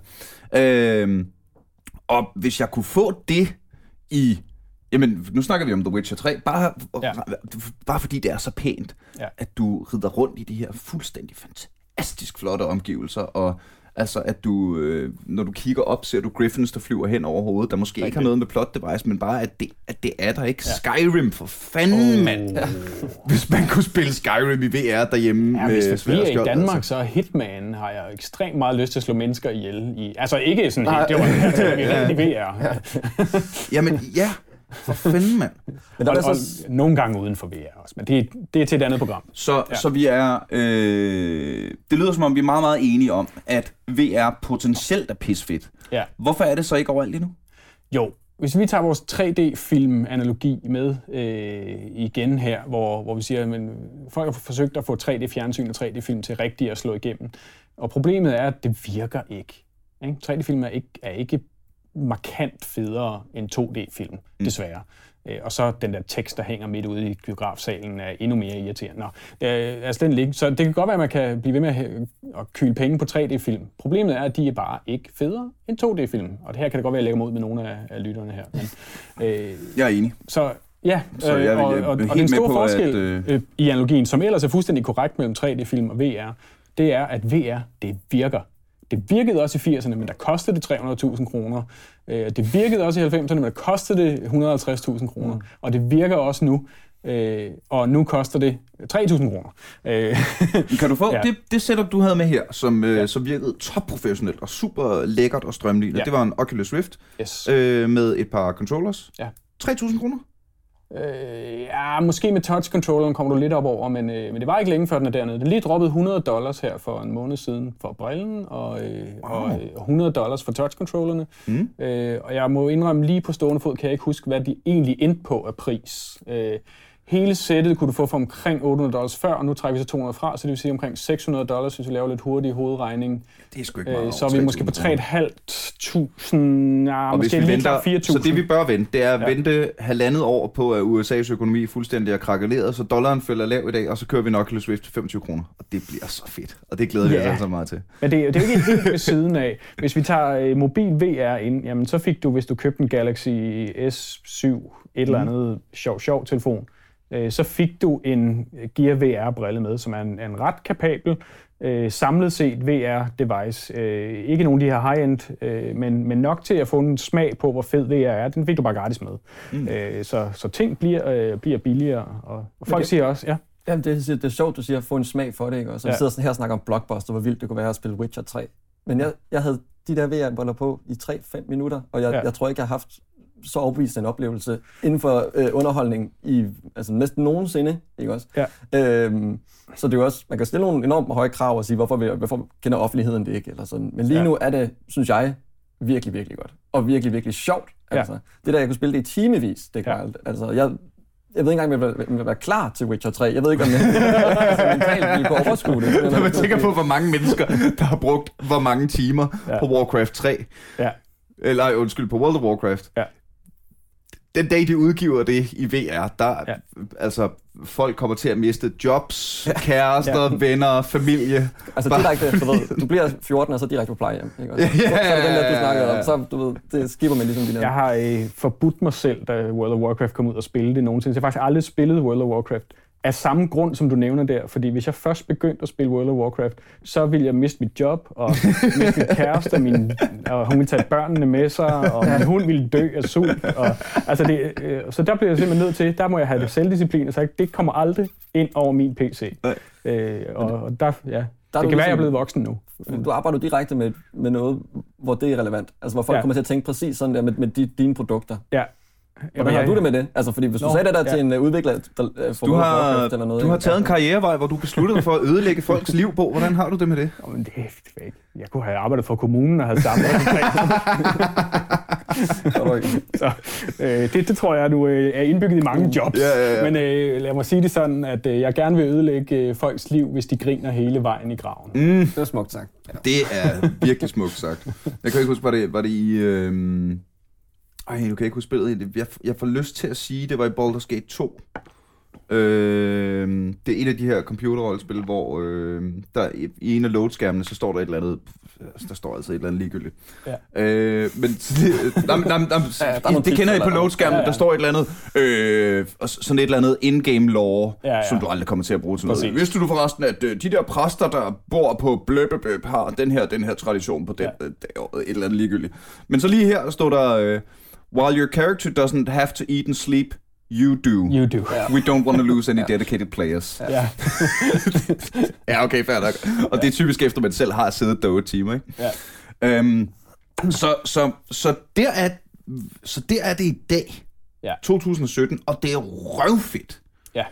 Speaker 1: Øh, og hvis jeg kunne få det i... Jamen, nu snakker vi om The Witcher tre. Bare, ja. bare fordi det er så pænt, ja. at du rider rundt i de her fuldstændig fantastisk flotte omgivelser, og altså, at du, øh, når du kigger op, ser du Griffins, der flyver hen over hovedet, der måske okay. ikke har noget med plot device, men bare, at det, at det er der ikke. Ja. Skyrim, for fanden, oh. mand. Ja. Hvis man kunne spille Skyrim i V R derhjemme.
Speaker 2: Ja, hvis vi er i Danmark, altså. Så Hitman har jeg ekstremt meget lyst til at slå mennesker ihjel i. Altså, ikke sådan helt, det var helt i V R. Ja.
Speaker 1: Jamen, ja. For fanden, mand.
Speaker 2: Men der og, er så... og nogle gange uden for V R også, men det, det er til et andet program.
Speaker 1: Så, ja. så vi er... Øh, det lyder som om, vi er meget, meget enige om, at V R potentielt er pisfedt. Ja. Hvorfor er det så ikke overalt lige nu?
Speaker 2: Jo, hvis vi tager vores tre D-film-analogi med øh, igen her, hvor, hvor vi siger, at folk har forsøgt at få tre D-fjernsyn og tre D-film til rigtigt at slå igennem. Og problemet er, at det virker ikke. ikke? tre D-film er ikke... Er ikke markant federe end to D-film, mm. desværre. Øh, og så den der tekst, der hænger midt ude i biografsalen, er endnu mere irriterende. Nå, øh, altså den ligge. Så det kan godt være, at man kan blive ved med at, at kyle penge på tre D-film. Problemet er, at de er bare ikke federe end to D-film. Og det her kan det godt være, at jeg lægger mig ud med nogle af, af lytterne her. Men, øh,
Speaker 1: jeg er enig.
Speaker 2: Så ja, så jeg, og, og, og den store på, forskel at, øh... Øh, i analogien, som ellers er fuldstændig korrekt mellem tre D-film og V R, det er, at V R, det virker. Det virkede også i firserne, men der kostede det tre hundrede tusind kroner. Det virkede også i halvfemserne, men der kostede det et hundrede og halvtreds tusind kroner. Mm. Og det virker også nu, og nu koster det tre tusind kroner.
Speaker 1: Kan du få ja. det, det setup, du havde med her, som, ja. som virkede topprofessionelt og super lækkert og strømlignet? Ja. Det var en Oculus Rift
Speaker 2: yes.
Speaker 1: øh, med et par controllers.
Speaker 2: Ja.
Speaker 1: tre tusind kroner?
Speaker 2: Øh, ja, måske med touch-controlleren kommer du lidt op over, men, øh, men det var ikke længe før den er dernede. Den lige droppet hundrede dollars her for en måned siden for brillen, og, øh, wow. og øh, hundrede dollars for touch-controllerne. Mm. Øh, og jeg må indrømme, lige på stående fod kan jeg ikke huske, hvad de egentlig endte på af pris. Øh, Hele sættet kunne du få for omkring otte hundrede dollars før, og nu trækker vi så to hundrede fra, så det vil sige omkring seks hundrede dollars, hvis vi laver lidt hurtig hovedregning.
Speaker 1: Det er sgu ikke meget.
Speaker 2: Så er vi måske på tre tusind fem hundrede, ja, og måske lige klart fire tusind.
Speaker 1: Så det vi bør vente, det er at ja. vente halvandet år på, at U S A's økonomi fuldstændig er krakeleret, så dollaren falder lav i dag, og så kører vi nok Oculus Rift til femogtyve kroner. Og det bliver så fedt, og det glæder vi yeah. os altså meget til.
Speaker 2: Men det, det er jo ikke helt ved siden af. Hvis vi tager mobil V R ind, jamen så fik du, hvis du købte en Galaxy S syv, et eller andet mm. sjov, sjov telefon, så fik du en Gear V R-brille med, som er en, en ret kapabel, øh, samlet set V R-device. Øh, ikke nogen af de her high-end, øh, men, men nok til at få en smag på, hvor fed V R er. Den fik du bare gratis med. Mm. Øh, så, så ting bliver, øh, bliver billigere, og, og folk det, siger også, ja.
Speaker 3: Jamen, det, det er sjovt, du siger, at få en smag for det, ikke? Og så ja. vi sidder her og snakker om Blockbuster, hvor vildt det kunne være at spille Witcher tre. Men jeg, jeg havde de der V R-briller på i tre til fem minutter, og jeg, ja. jeg tror ikke, jeg har haft så overbevist en oplevelse inden for øh, underholdning i altså næsten nogensinde, ikke også? Ja. Øhm, så det er jo også, man kan stille nogle enormt høje krav og sige, hvorfor, vi, hvorfor kender offentligheden det ikke, eller sådan. Men lige ja. nu er det, synes jeg, virkelig, virkelig godt. Og virkelig, virkelig sjovt. Altså. Ja. Det der, jeg kunne spille det i timevis, det kan ja. alt. Altså, jeg, jeg ved ikke engang, om jeg vil være klar til Witcher tre. Jeg ved ikke, om jeg altså, mentalt ville kunne overskue det.
Speaker 1: Når man tænker på, hvor mange mennesker, der har brugt hvor mange timer ja. på Warcraft tre. Ja. Eller undskyld, på World of Warcraft. Ja. den dag, de udgiver det i V R, der ja. altså, folk kommer til at miste jobs, kærester, ja. venner, familie.
Speaker 3: Altså direkte, du ved, du bliver fjorten, og så direkte på plejehjem. Ikke? Ja, så, så er det den der, du snakkede om. Så, du ved, det skipper man ligesom dine.
Speaker 2: Jeg har øh, forbudt mig selv, da World of Warcraft kom ud og spille det nogensinde. Så jeg har faktisk aldrig spillet World of Warcraft. Af samme grund, som du nævner der. Fordi hvis jeg først begyndte at spille World of Warcraft, så ville jeg miste mit job, og miste min kæreste, min, og hun ville tage børnene med sig, og min hund ville dø af sult. Og, altså det, øh, så der bliver jeg simpelthen nødt til, der må jeg have det selvdisciplin, og så det kommer aldrig ind over min P C. Øh, og, og der, ja, der det kan ligesom, være, jeg er blevet voksen nu.
Speaker 3: Du arbejder direkte med, med noget, hvor det er relevant. Altså hvor folk ja. kommer til at tænke præcis sådan der med, med de, dine produkter.
Speaker 2: Ja.
Speaker 3: Hvordan har du det med det? Altså, fordi hvis du Nå, sagde det der ja. til en uh, udvikler, der får
Speaker 1: du har, eller noget... Du har taget en karrierevej, hvor du besluttede dig for at ødelægge folks liv på. Hvordan har du det med det?
Speaker 2: Oh, men det er ikke. Jeg kunne have arbejdet for kommunen og have samme Så øh, det, det tror jeg, du øh, er indbygget i mange jobs. Ja, ja, ja. Men øh, lad mig sige det sådan, at øh, jeg gerne vil ødelægge øh, folks liv, hvis de griner hele vejen i graven.
Speaker 3: Mm. Det er smukt sagt.
Speaker 1: Ja. Det er virkelig smukt sagt. Jeg kan ikke huske, var det, var det i... Øh... Ej, nu kan jeg ikke huske spillet. Jeg, jeg får lyst til at sige, det var i Baldur's Gate to. Øh, det er en af de her computerrollespil, hvor øh, der i en af loadskærmene, så står der et eller andet, der står altså et eller andet ligegyldigt. Ja. Øh, men nam, nam, nam, ja, det kender I på loadskærmen, ja, ja. Der står et eller andet, øh, sådan et eller andet in-game lore, ja, ja. som du aldrig kommer til at bruge til noget. Vidste du forresten, at de der præster, der bor på bløbebøb, har den her, den her tradition på den, ja. et eller andet ligegyldigt. Men så lige her står der, øh, while your character doesn't have to eat and sleep, you do.
Speaker 2: You do.
Speaker 1: Yeah. We don't want to lose any dedicated players.
Speaker 2: Ja.
Speaker 1: Ja, okay, fair nok. Og det er typisk efter, man selv har siddet der otte timer, ikke? Ja. Øhm, så, så, så, der er, så der er det i dag, ja. to tusind sytten, og det er røvfedt.
Speaker 2: Ja.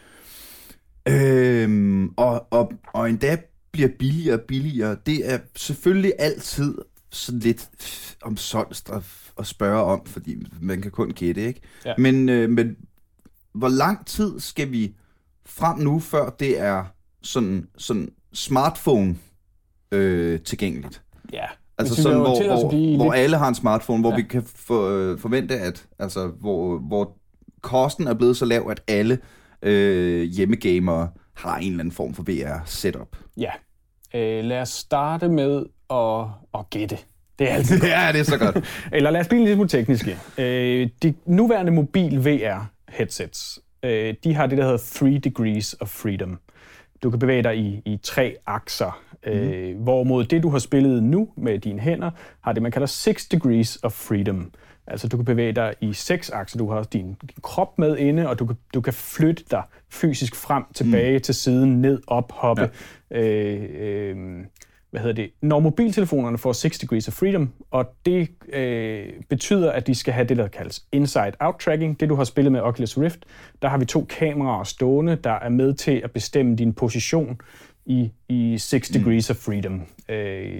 Speaker 1: Øhm, og, og, og endda bliver billigere og billigere. Det er selvfølgelig altid sådan lidt omsonst at, at spørge om, fordi man kan kun gætte, ikke? Ja. Men, øh, men hvor lang tid skal vi frem nu, før det er sådan, sådan smartphone øh, tilgængeligt?
Speaker 2: Ja.
Speaker 1: Altså sådan, hvor, hvor, hvor alle har en smartphone, hvor ja. vi kan for, øh, forvente, at altså, hvor, hvor kosten er blevet så lav, at alle øh, hjemmegamere har en eller anden form for V R-setup.
Speaker 2: Ja. Øh, lad os starte med at, at gætte. Det er altid
Speaker 1: ja, det er så godt.
Speaker 2: Eller lad os blive en lille smule tekniske. Øh, de nuværende mobil V R-headsets, øh, de har det, der hedder three degrees of freedom. Du kan bevæge dig i, i tre akser, øh, mm. hvorimod det, du har spillet nu med dine hænder, har det, man kalder six degrees of freedom. Altså, du kan bevæge dig i seks akser. Du har din krop med inde, og du kan, du kan flytte dig fysisk frem, tilbage, mm. til siden, ned, op, hoppe. Ja. Øh, øh, hvad hedder det? Når mobiltelefonerne får six degrees of freedom, og det øh, betyder, at de skal have det, der kaldes inside-out tracking. Det, du har spillet med Oculus Rift, der har vi to kameraer stående, der er med til at bestemme din position i, i six mm. degrees of freedom. Øh,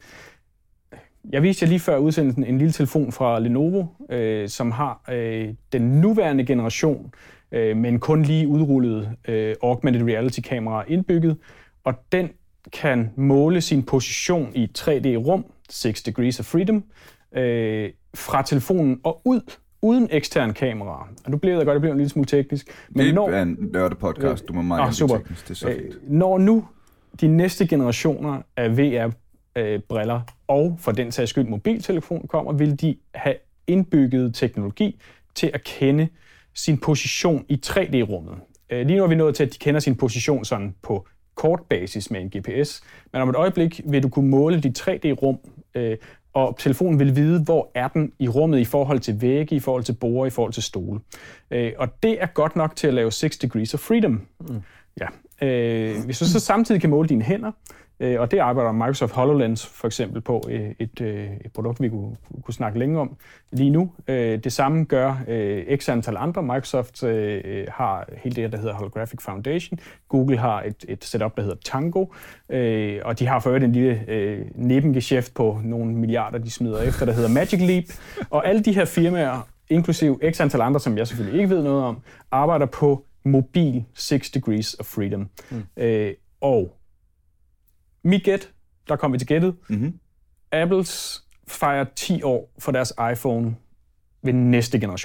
Speaker 2: Jeg viste jer lige før udsendelsen en lille telefon fra Lenovo, øh, som har øh, den nuværende generation, øh, men kun lige udrullet øh, augmented reality-kameraer indbygget, og den kan måle sin position i tre D-rum, six degrees of freedom, øh, fra telefonen og ud, uden ekstern kamera. Og nu blev det godt, det blev en lille smule teknisk.
Speaker 1: Men det når, er en nørde-podcast, du må meget ah, super. Teknisk, det er så fint. Øh,
Speaker 2: når nu de næste generationer af V R-briller og for den sags skyld mobiltelefon kommer, vil de have indbygget teknologi til at kende sin position i tre D-rummet. Lige nu er vi nået til, at de kender sin position sådan på kort basis med en G P S, men om et øjeblik vil du kunne måle dit tre D-rum, øh, og telefonen vil vide, hvor er den i rummet i forhold til vægge, i forhold til borde, i forhold til stole. Øh, og det er godt nok til at lave six degrees of freedom. Mm. Ja. Øh, hvis du så samtidig kan måle dine hænder, og det arbejder Microsoft HoloLens for eksempel på, et, et, et produkt, vi kunne, kunne snakke længe om lige nu. Det samme gør x antal andre. Microsoft har hele det, der hedder Holographic Foundation. Google har et, et setup, der hedder Tango. Og de har for øvrigt en lille nebengeschæft på nogle milliarder, de smider efter, der hedder Magic Leap. Og alle de her firmaer, inklusive x antal andre, som jeg selvfølgelig ikke ved noget om, arbejder på mobil six degrees of freedom. Mm. Og mit gæt, der kom vi til gættet. Mm-hmm. Apples fejrer ti år for deres iPhone ved næste generation.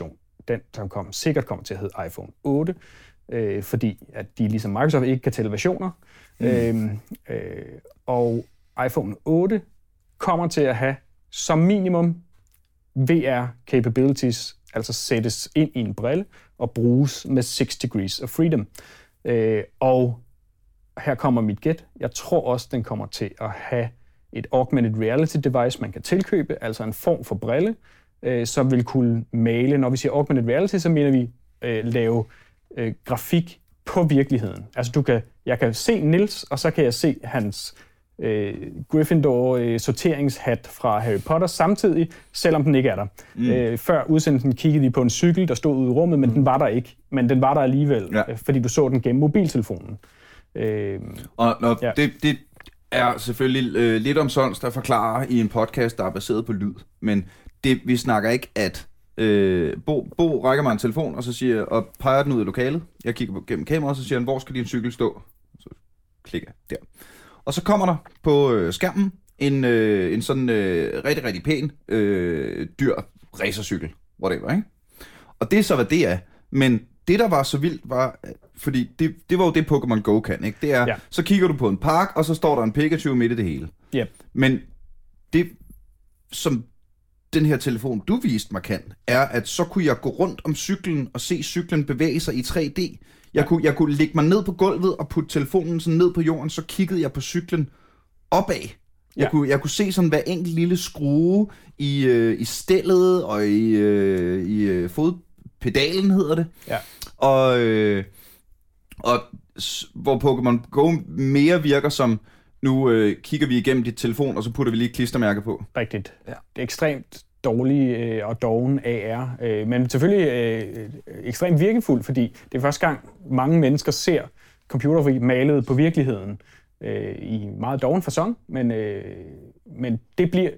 Speaker 2: den, som kom, sikkert kommer til at hedde iPhone otte, øh, fordi at de ligesom Microsoft ikke kan tælle versioner. Mm. Øh, øh, og iPhone otte kommer til at have som minimum V R capabilities, altså sættes ind i en brille og bruges med six degrees of freedom. Øh, og her kommer mit gæt. Jeg tror også, den kommer til at have et augmented reality device, man kan tilkøbe, altså en form for brille, øh, som vil kunne male. Når vi siger augmented reality, så mener vi øh, lave øh, grafik på virkeligheden. Altså du kan, jeg kan se Nils, og så kan jeg se hans øh, Gryffindor-sorteringshat fra Harry Potter samtidig, selvom den ikke er der. Mm. Øh, før udsendelsen kiggede vi på en cykel, der stod ude i rummet, men mm. den var der ikke. Men den var der alligevel, ja. øh, fordi du så den gennem mobiltelefonen. Øh,
Speaker 1: og når ja. det, det er selvfølgelig øh, lidt omsonst at forklare i en podcast, der er baseret på lyd, men det, vi snakker ikke, at øh, Bo, Bo rækker mig en telefon, og så siger og peger den ud i lokalet. Jeg kigger på gennem kameraet, og så siger han, hvor skal din cykel stå? Så klikker jeg der. Og så kommer der på øh, skærmen en, øh, en sådan øh, rigtig, rigtig pæn, øh, dyr racercykel, whatever, ikke? Og det er så, hvad det er. Men det, der var så vildt, var, fordi det, det var jo det, Pokémon Go kan, ikke? Det er, ja. Så kigger du på en park, og så står der en Pikachu midt i det hele.
Speaker 2: Yep.
Speaker 1: Men det, som den her telefon, du viste mig kan, er, at så kunne jeg gå rundt om cyklen og se cyklen bevæge sig i tre D. Jeg, ja. kunne, jeg kunne lægge mig ned på gulvet og putte telefonen sådan ned på jorden, så kiggede jeg på cyklen opad. Jeg, ja. kunne, jeg kunne se sådan hver enkelt lille skrue i, øh, i stellet og i, øh, i øh, fodpedalen, hedder det.
Speaker 2: Ja.
Speaker 1: Og, øh, og hvor Pokémon Go mere virker som, nu øh, kigger vi igennem dit telefon, og så putter vi lige et klistermærke på.
Speaker 2: Rigtigt. Ja. Det er ekstremt dårlig øh, og doven A R, øh, men selvfølgelig øh, ekstremt virkefuld, fordi det er første gang, mange mennesker ser computergrafik malet på virkeligheden øh, i meget doven facon, men, øh, men det bliver,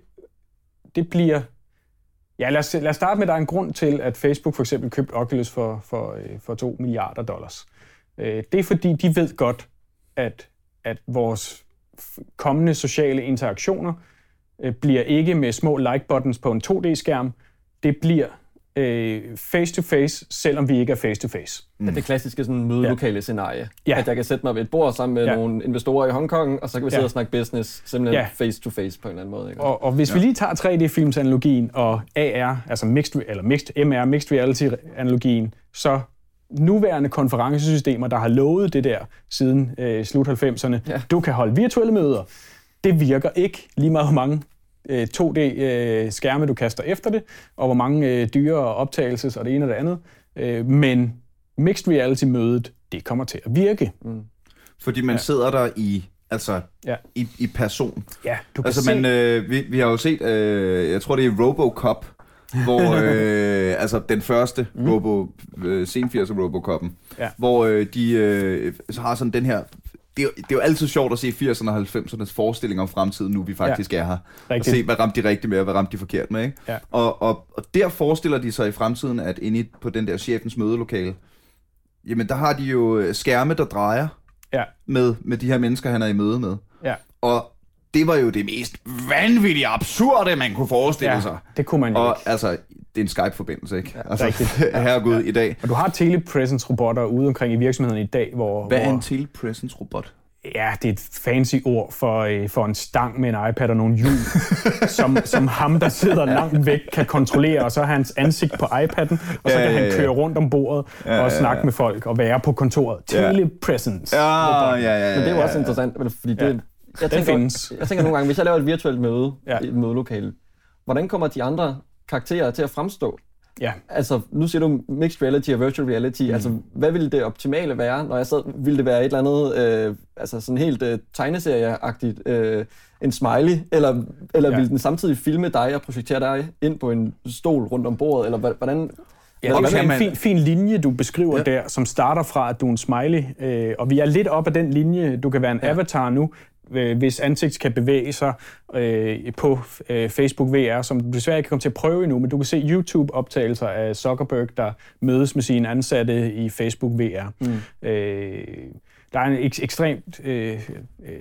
Speaker 2: det bliver ja, lad os, lad os starte med, at der er en grund til, at Facebook for eksempel købte Oculus for, for, for to milliarder dollars. Øh, det er fordi, de ved godt, at, at vores kommende sociale interaktioner øh, bliver ikke med små like-buttons på en to D-skærm. Det bliver øh, face-to-face, selvom vi ikke er face-to-face.
Speaker 3: Mm. Det er det klassiske sådan, mødelokale ja. scenarie.
Speaker 2: Ja.
Speaker 3: At jeg kan sætte mig ved et bord sammen med ja. nogle investorer i Hongkong, og så kan vi sidde ja. og snakke business, simpelthen ja. face-to-face på en eller anden måde. Ikke?
Speaker 2: Og, og hvis ja. vi lige tager tre D-filmsanalogien og A R, altså mixed, eller mixed, M R, mixed reality-analogien, så nuværende konferencesystemer, der har lovet det der siden øh, slut halvfemserne, ja. du kan holde virtuelle møder. Det virker ikke lige meget, hvor mange øh, to D-skærme, øh, du kaster efter det, og hvor mange øh, dyre optagelses og det ene og det andet. Øh, men mixed reality-mødet, det kommer til at virke. Mm.
Speaker 1: Fordi man ja. sidder der i, altså, ja. i, i person.
Speaker 2: Ja, du kan
Speaker 1: altså,
Speaker 2: se...
Speaker 1: man, øh, vi, vi har jo set, øh, jeg tror det er Robocop, hvor øh, altså den første mm. Robo øh, sen firserne Robocoppen, ja. hvor øh, de øh, så har sådan den her. Det er, jo, det er jo altid sjovt at se firserne og halvfemsernes forestillinger om fremtiden, nu vi faktisk ja. er her. Rigtigt. Og se, hvad ramte de rigtigt med, og hvad ramte de forkert med, ikke?
Speaker 2: Ja.
Speaker 1: Og, og, og der forestiller de sig i fremtiden, at inde på den der chefens mødelokale, jamen der har de jo skærme, der drejer
Speaker 2: ja.
Speaker 1: med, med de her mennesker, han er i møde med.
Speaker 2: Ja.
Speaker 1: Og det var jo det mest vanvittigt absurde, man kunne forestille
Speaker 2: ja,
Speaker 1: sig.
Speaker 2: Det kunne man jo
Speaker 1: og,
Speaker 2: ikke.
Speaker 1: altså, det er en Skype-forbindelse, ikke?
Speaker 2: Ja,
Speaker 1: altså, herregud,
Speaker 2: ja.
Speaker 1: i dag.
Speaker 2: Og du har telepresence-robotter ude omkring i virksomheden i dag, hvor...
Speaker 1: Hvad er
Speaker 2: hvor,
Speaker 1: en telepresence-robot?
Speaker 2: Ja, det er et fancy ord for, øh, for en stang med en iPad og nogle hjul, som, som ham, der sidder langt væk, kan kontrollere, og så har hans ansigt på iPad'en, og så ja, kan ja, ja. han køre rundt om bordet ja, og snakke ja, ja. med folk og være på kontoret. Telepresence.
Speaker 1: Ja, ja, ja, ja,
Speaker 3: men det er jo også interessant, fordi det... Ja. Jeg tænker, jeg tænker nogle gange, hvis jeg laver et virtuelt møde ja. i et mødelokale, hvordan kommer de andre karakterer til at fremstå?
Speaker 2: Ja.
Speaker 3: Altså, nu siger du mixed reality og virtual reality. Mm. Altså, hvad ville det optimale være, når jeg sad? Ville det være et eller andet, øh, altså sådan helt øh, tegneserieagtigt, øh, en smiley? Eller, eller ja. ville den samtidig filme dig og projektere dig ind på en stol rundt om bordet? Eller hvordan...
Speaker 2: Ja, det er en fin, fin linje, du beskriver ja. der, som starter fra, at du er en smiley. Øh, og vi er lidt op ad den linje. Du kan være en ja. avatar nu, hvis ansigt kan bevæge sig øh, på øh, Facebook V R, som du desværre ikke kan komme til at prøve endnu, men du kan se YouTube-optagelser af Zuckerberg, der mødes med sine ansatte i Facebook V R. Mm. Øh, der er en ek- ekstremt øh, øh,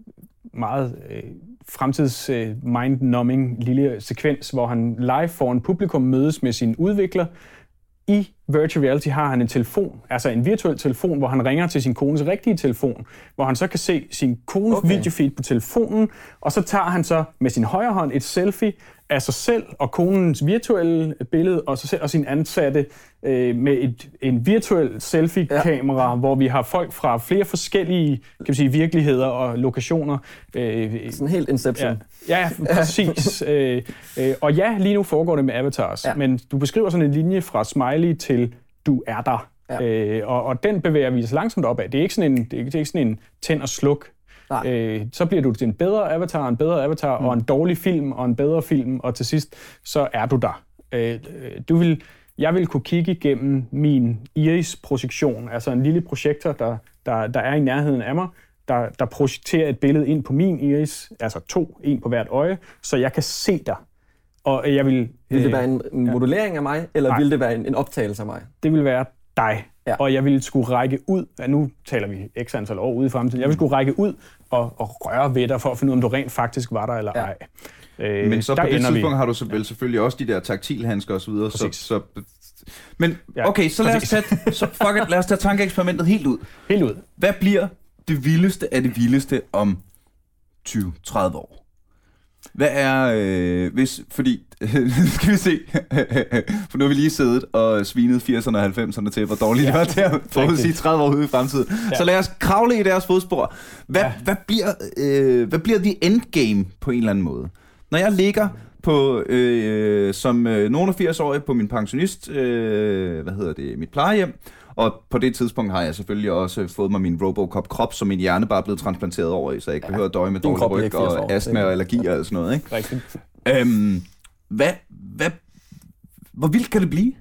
Speaker 2: meget øh, fremtids øh, mind-numbing lille sekvens, hvor han live foran publikum mødes med sin udvikler i virtual reality har han en telefon, altså en virtuel telefon, hvor han ringer til sin kones rigtige telefon, hvor han så kan se sin kones okay. videofeed på telefonen, og så tager han så med sin højre hånd et selfie af sig selv og konens virtuelle billede, og sig selv og sin ansatte øh, med et en virtuel selfie-kamera, ja. Hvor vi har folk fra flere forskellige kan man sige, virkeligheder og lokationer.
Speaker 3: Øh, Sådan helt Inception.
Speaker 2: Ja, ja præcis. øh, øh, og ja, lige nu foregår det med avatars, ja. Men du beskriver sådan en linje fra smiley til du er der. Ja. Øh, og, og den bevæger vi så langsomt opad. Det er ikke sådan en, det er, det er ikke sådan en tænd og sluk. Øh, så bliver du til en bedre avatar, en bedre avatar, mm. og en dårlig film, og en bedre film, og til sidst, så er du der. Øh, du vil, jeg vil kunne kigge igennem min iris-projektion, altså en lille projektor, der, der, der er i nærheden af mig, der, der projekterer et billede ind på min iris, altså to, en på hvert øje, så jeg kan se dig. Og jeg vil,
Speaker 3: vil det være en modulering af mig, eller nej, vil det være en, en optagelse af mig?
Speaker 2: Det vil være dig. Ja. Og jeg ville skulle række ud, ja, nu taler vi x antal år ude i fremtiden, jeg ville skulle række ud og, og røre ved dig, for at finde ud af, om du rent faktisk var der eller ja. Ej.
Speaker 1: Øh, Men så på det tidspunkt vi. Har du så vel selvfølgelig også de der taktilhandsker og så videre. Så, så, men okay, så lad os tage, så fuck it, lad os tage tankeeksperimentet helt ud.
Speaker 2: Helt ud.
Speaker 1: Hvad bliver det vildeste af det vildeste om tyve til tredive år? Hvad er, øh, hvis, fordi, skal vi se, for nu har vi lige siddet og svinet firserne og halvfemserne til, hvor dårligt ja, det var til at forudsige tredive år ude i fremtiden. Ja. Så lad os kravle i deres fodspor. Hvad, ja. hvad, bliver, øh, hvad bliver the endgame på en eller anden måde? Når jeg ligger på, øh, som øh, nogle af firs-årige på min pensionist, øh, hvad hedder det, mit plejehjem, og på det tidspunkt har jeg selvfølgelig også fået mig min Robocop-krop, som min hjerne bare er blevet transplanteret over i, så jeg ikke ja. behøver at døje med dårlig ryg og astma og allergier og sådan noget. Ikke?
Speaker 2: Rigtigt.
Speaker 1: Øhm, hvad, hvad, hvor vildt kan det blive?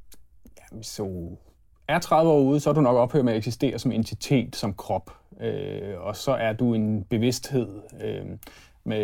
Speaker 2: Jamen, så er tredive år ude, så er du nok ophørt med at eksistere som entitet, som krop. Øh, og så er du en bevidsthed øh, med...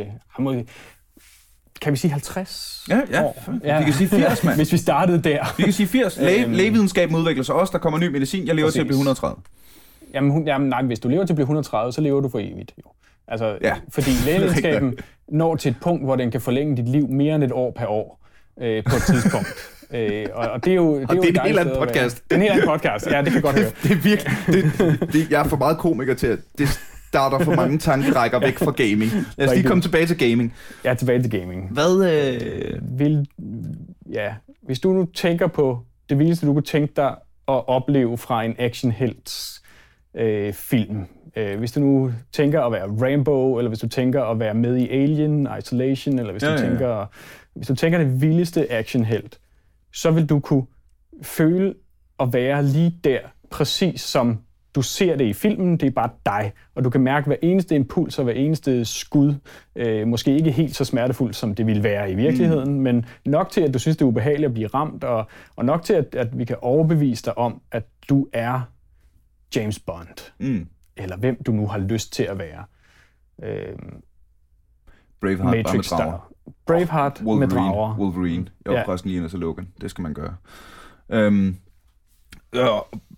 Speaker 2: Kan vi sige halvtreds
Speaker 1: ja, ja. år? Ja, vi kan sige firs, mand.
Speaker 2: Hvis vi startede der.
Speaker 1: Vi kan sige firs. Læge, lægevidenskaben udvikler sig også. Der kommer ny medicin. Jeg lever præcis. Til at blive et hundrede og tredive.
Speaker 2: Jamen, jamen nej, hvis du lever til at blive et hundrede og tredive, så lever du for evigt. Jo. Altså, ja. Fordi lægevidenskaben når til et punkt, hvor den kan forlænge dit liv mere end et år per år øh, på et tidspunkt. øh, og, og det er jo det er,
Speaker 1: og
Speaker 2: jo
Speaker 1: det er en helt anden podcast.
Speaker 2: Det er en helt anden podcast. Ja, det kan jeg godt høre.
Speaker 1: Det er virkelig... Det, det, jeg er for meget komiker til at... Det, starter for mange tankerækker væk fra gaming. Lad os lige komme tilbage til gaming.
Speaker 2: Ja, tilbage til gaming.
Speaker 1: Hvad... Øh...
Speaker 2: Vil, ja, hvis du nu tænker på det vildeste, du kunne tænke dig at opleve fra en actionhelts øh, film. Øh, hvis du nu tænker at være Rambo, eller hvis du tænker at være med i Alien, Isolation, eller hvis du, ja, tænker, ja. hvis du tænker det vildeste actionhelt, så vil du kunne føle at være lige der, præcis som du ser det i filmen, det er bare dig, og du kan mærke hver eneste impuls og hver eneste skud. Øh, måske ikke helt så smertefuldt, som det ville være i virkeligheden, mm. men nok til, at du synes, det er ubehageligt at blive ramt, og, og nok til, at, at vi kan overbevise dig om, at du er James Bond, mm. eller hvem du nu har lyst til at være. Øh,
Speaker 1: Braveheart bare med drager.
Speaker 2: Braveheart
Speaker 1: oh,
Speaker 2: med drager.
Speaker 1: Wolverine. Jeg var forresten lige til Logan. Det skal man gøre. Øhm, øh,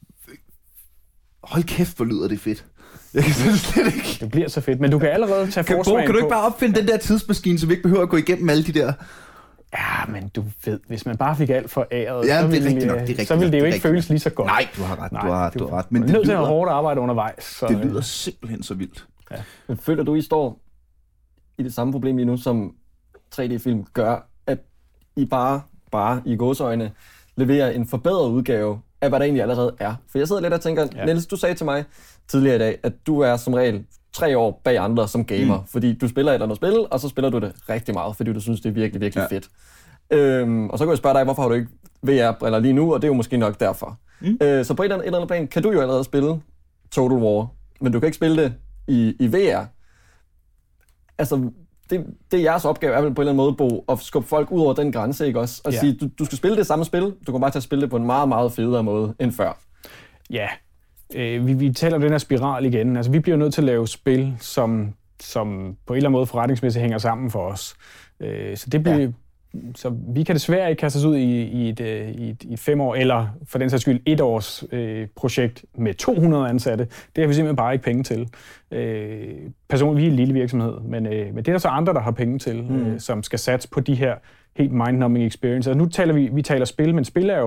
Speaker 1: Hold kæft, hvor lyder det fedt. Jeg kan slet ikke.
Speaker 2: Det bliver så fedt, men du kan allerede tage forsvaret på.
Speaker 1: Kan du ikke bare opfinde den der tidsmaskine, så vi ikke behøver at gå igennem alle de der...
Speaker 2: Ja, men du ved, hvis man bare fik alt for æret,
Speaker 1: ja,
Speaker 2: så ville
Speaker 1: det, nok, det,
Speaker 2: så ville det jo
Speaker 1: det
Speaker 2: ikke føles lige så godt.
Speaker 1: Nej, du har ret,
Speaker 2: Nej,
Speaker 1: du har ret, du har ret.
Speaker 2: Men du er nødt til at have hårdt arbejde undervejs. Så...
Speaker 1: Det lyder simpelthen så vildt.
Speaker 3: Ja. Men føler du, I står i det samme problem lige nu, som tre D-film gør, at I bare, bare i gåseøjne, leverer en forbedret udgave af, hvad der egentlig allerede er. For jeg sidder lidt og tænker, ja. Niels, du sagde til mig tidligere i dag, at du er som regel tre år bag andre som gamer, mm. fordi du spiller et eller andet spil, og så spiller du det rigtig meget, fordi du synes, det er virkelig, virkelig ja. fedt. Øhm, og så kan jeg spørge dig, hvorfor har du ikke V R-briller lige nu, og det er jo måske nok derfor. Mm. Øh, så på et eller, andet, et eller andet plan kan du jo allerede spille Total War, men du kan ikke spille det i, i V R. Altså, det, det er jeres opgave, er vel på en eller anden måde, Bo, at skubbe folk ud over den grænse, ikke også? Og ja. sige, du, du skal spille det samme spil, du kommer bare til at spille det på en meget, meget federe måde end før.
Speaker 2: Ja, øh, vi, vi taler om den her spiral igen. Altså, vi bliver nødt til at lave spil, som, som på en eller anden måde forretningsmæssigt hænger sammen for os. Øh, så det bliver... Ja. Så vi kan desværre ikke kaste os ud i, i, et, i, et, i et fem år, eller for den sags skyld et års øh, projekt med to hundrede ansatte. Det har vi simpelthen bare ikke penge til. Øh, personligt, vi er en lille virksomhed, men, øh, men det er der så andre, der har penge til, mm. øh, som skal satse på de her helt mind-numbing experiences. Nu taler vi, vi taler spil, men spil er jo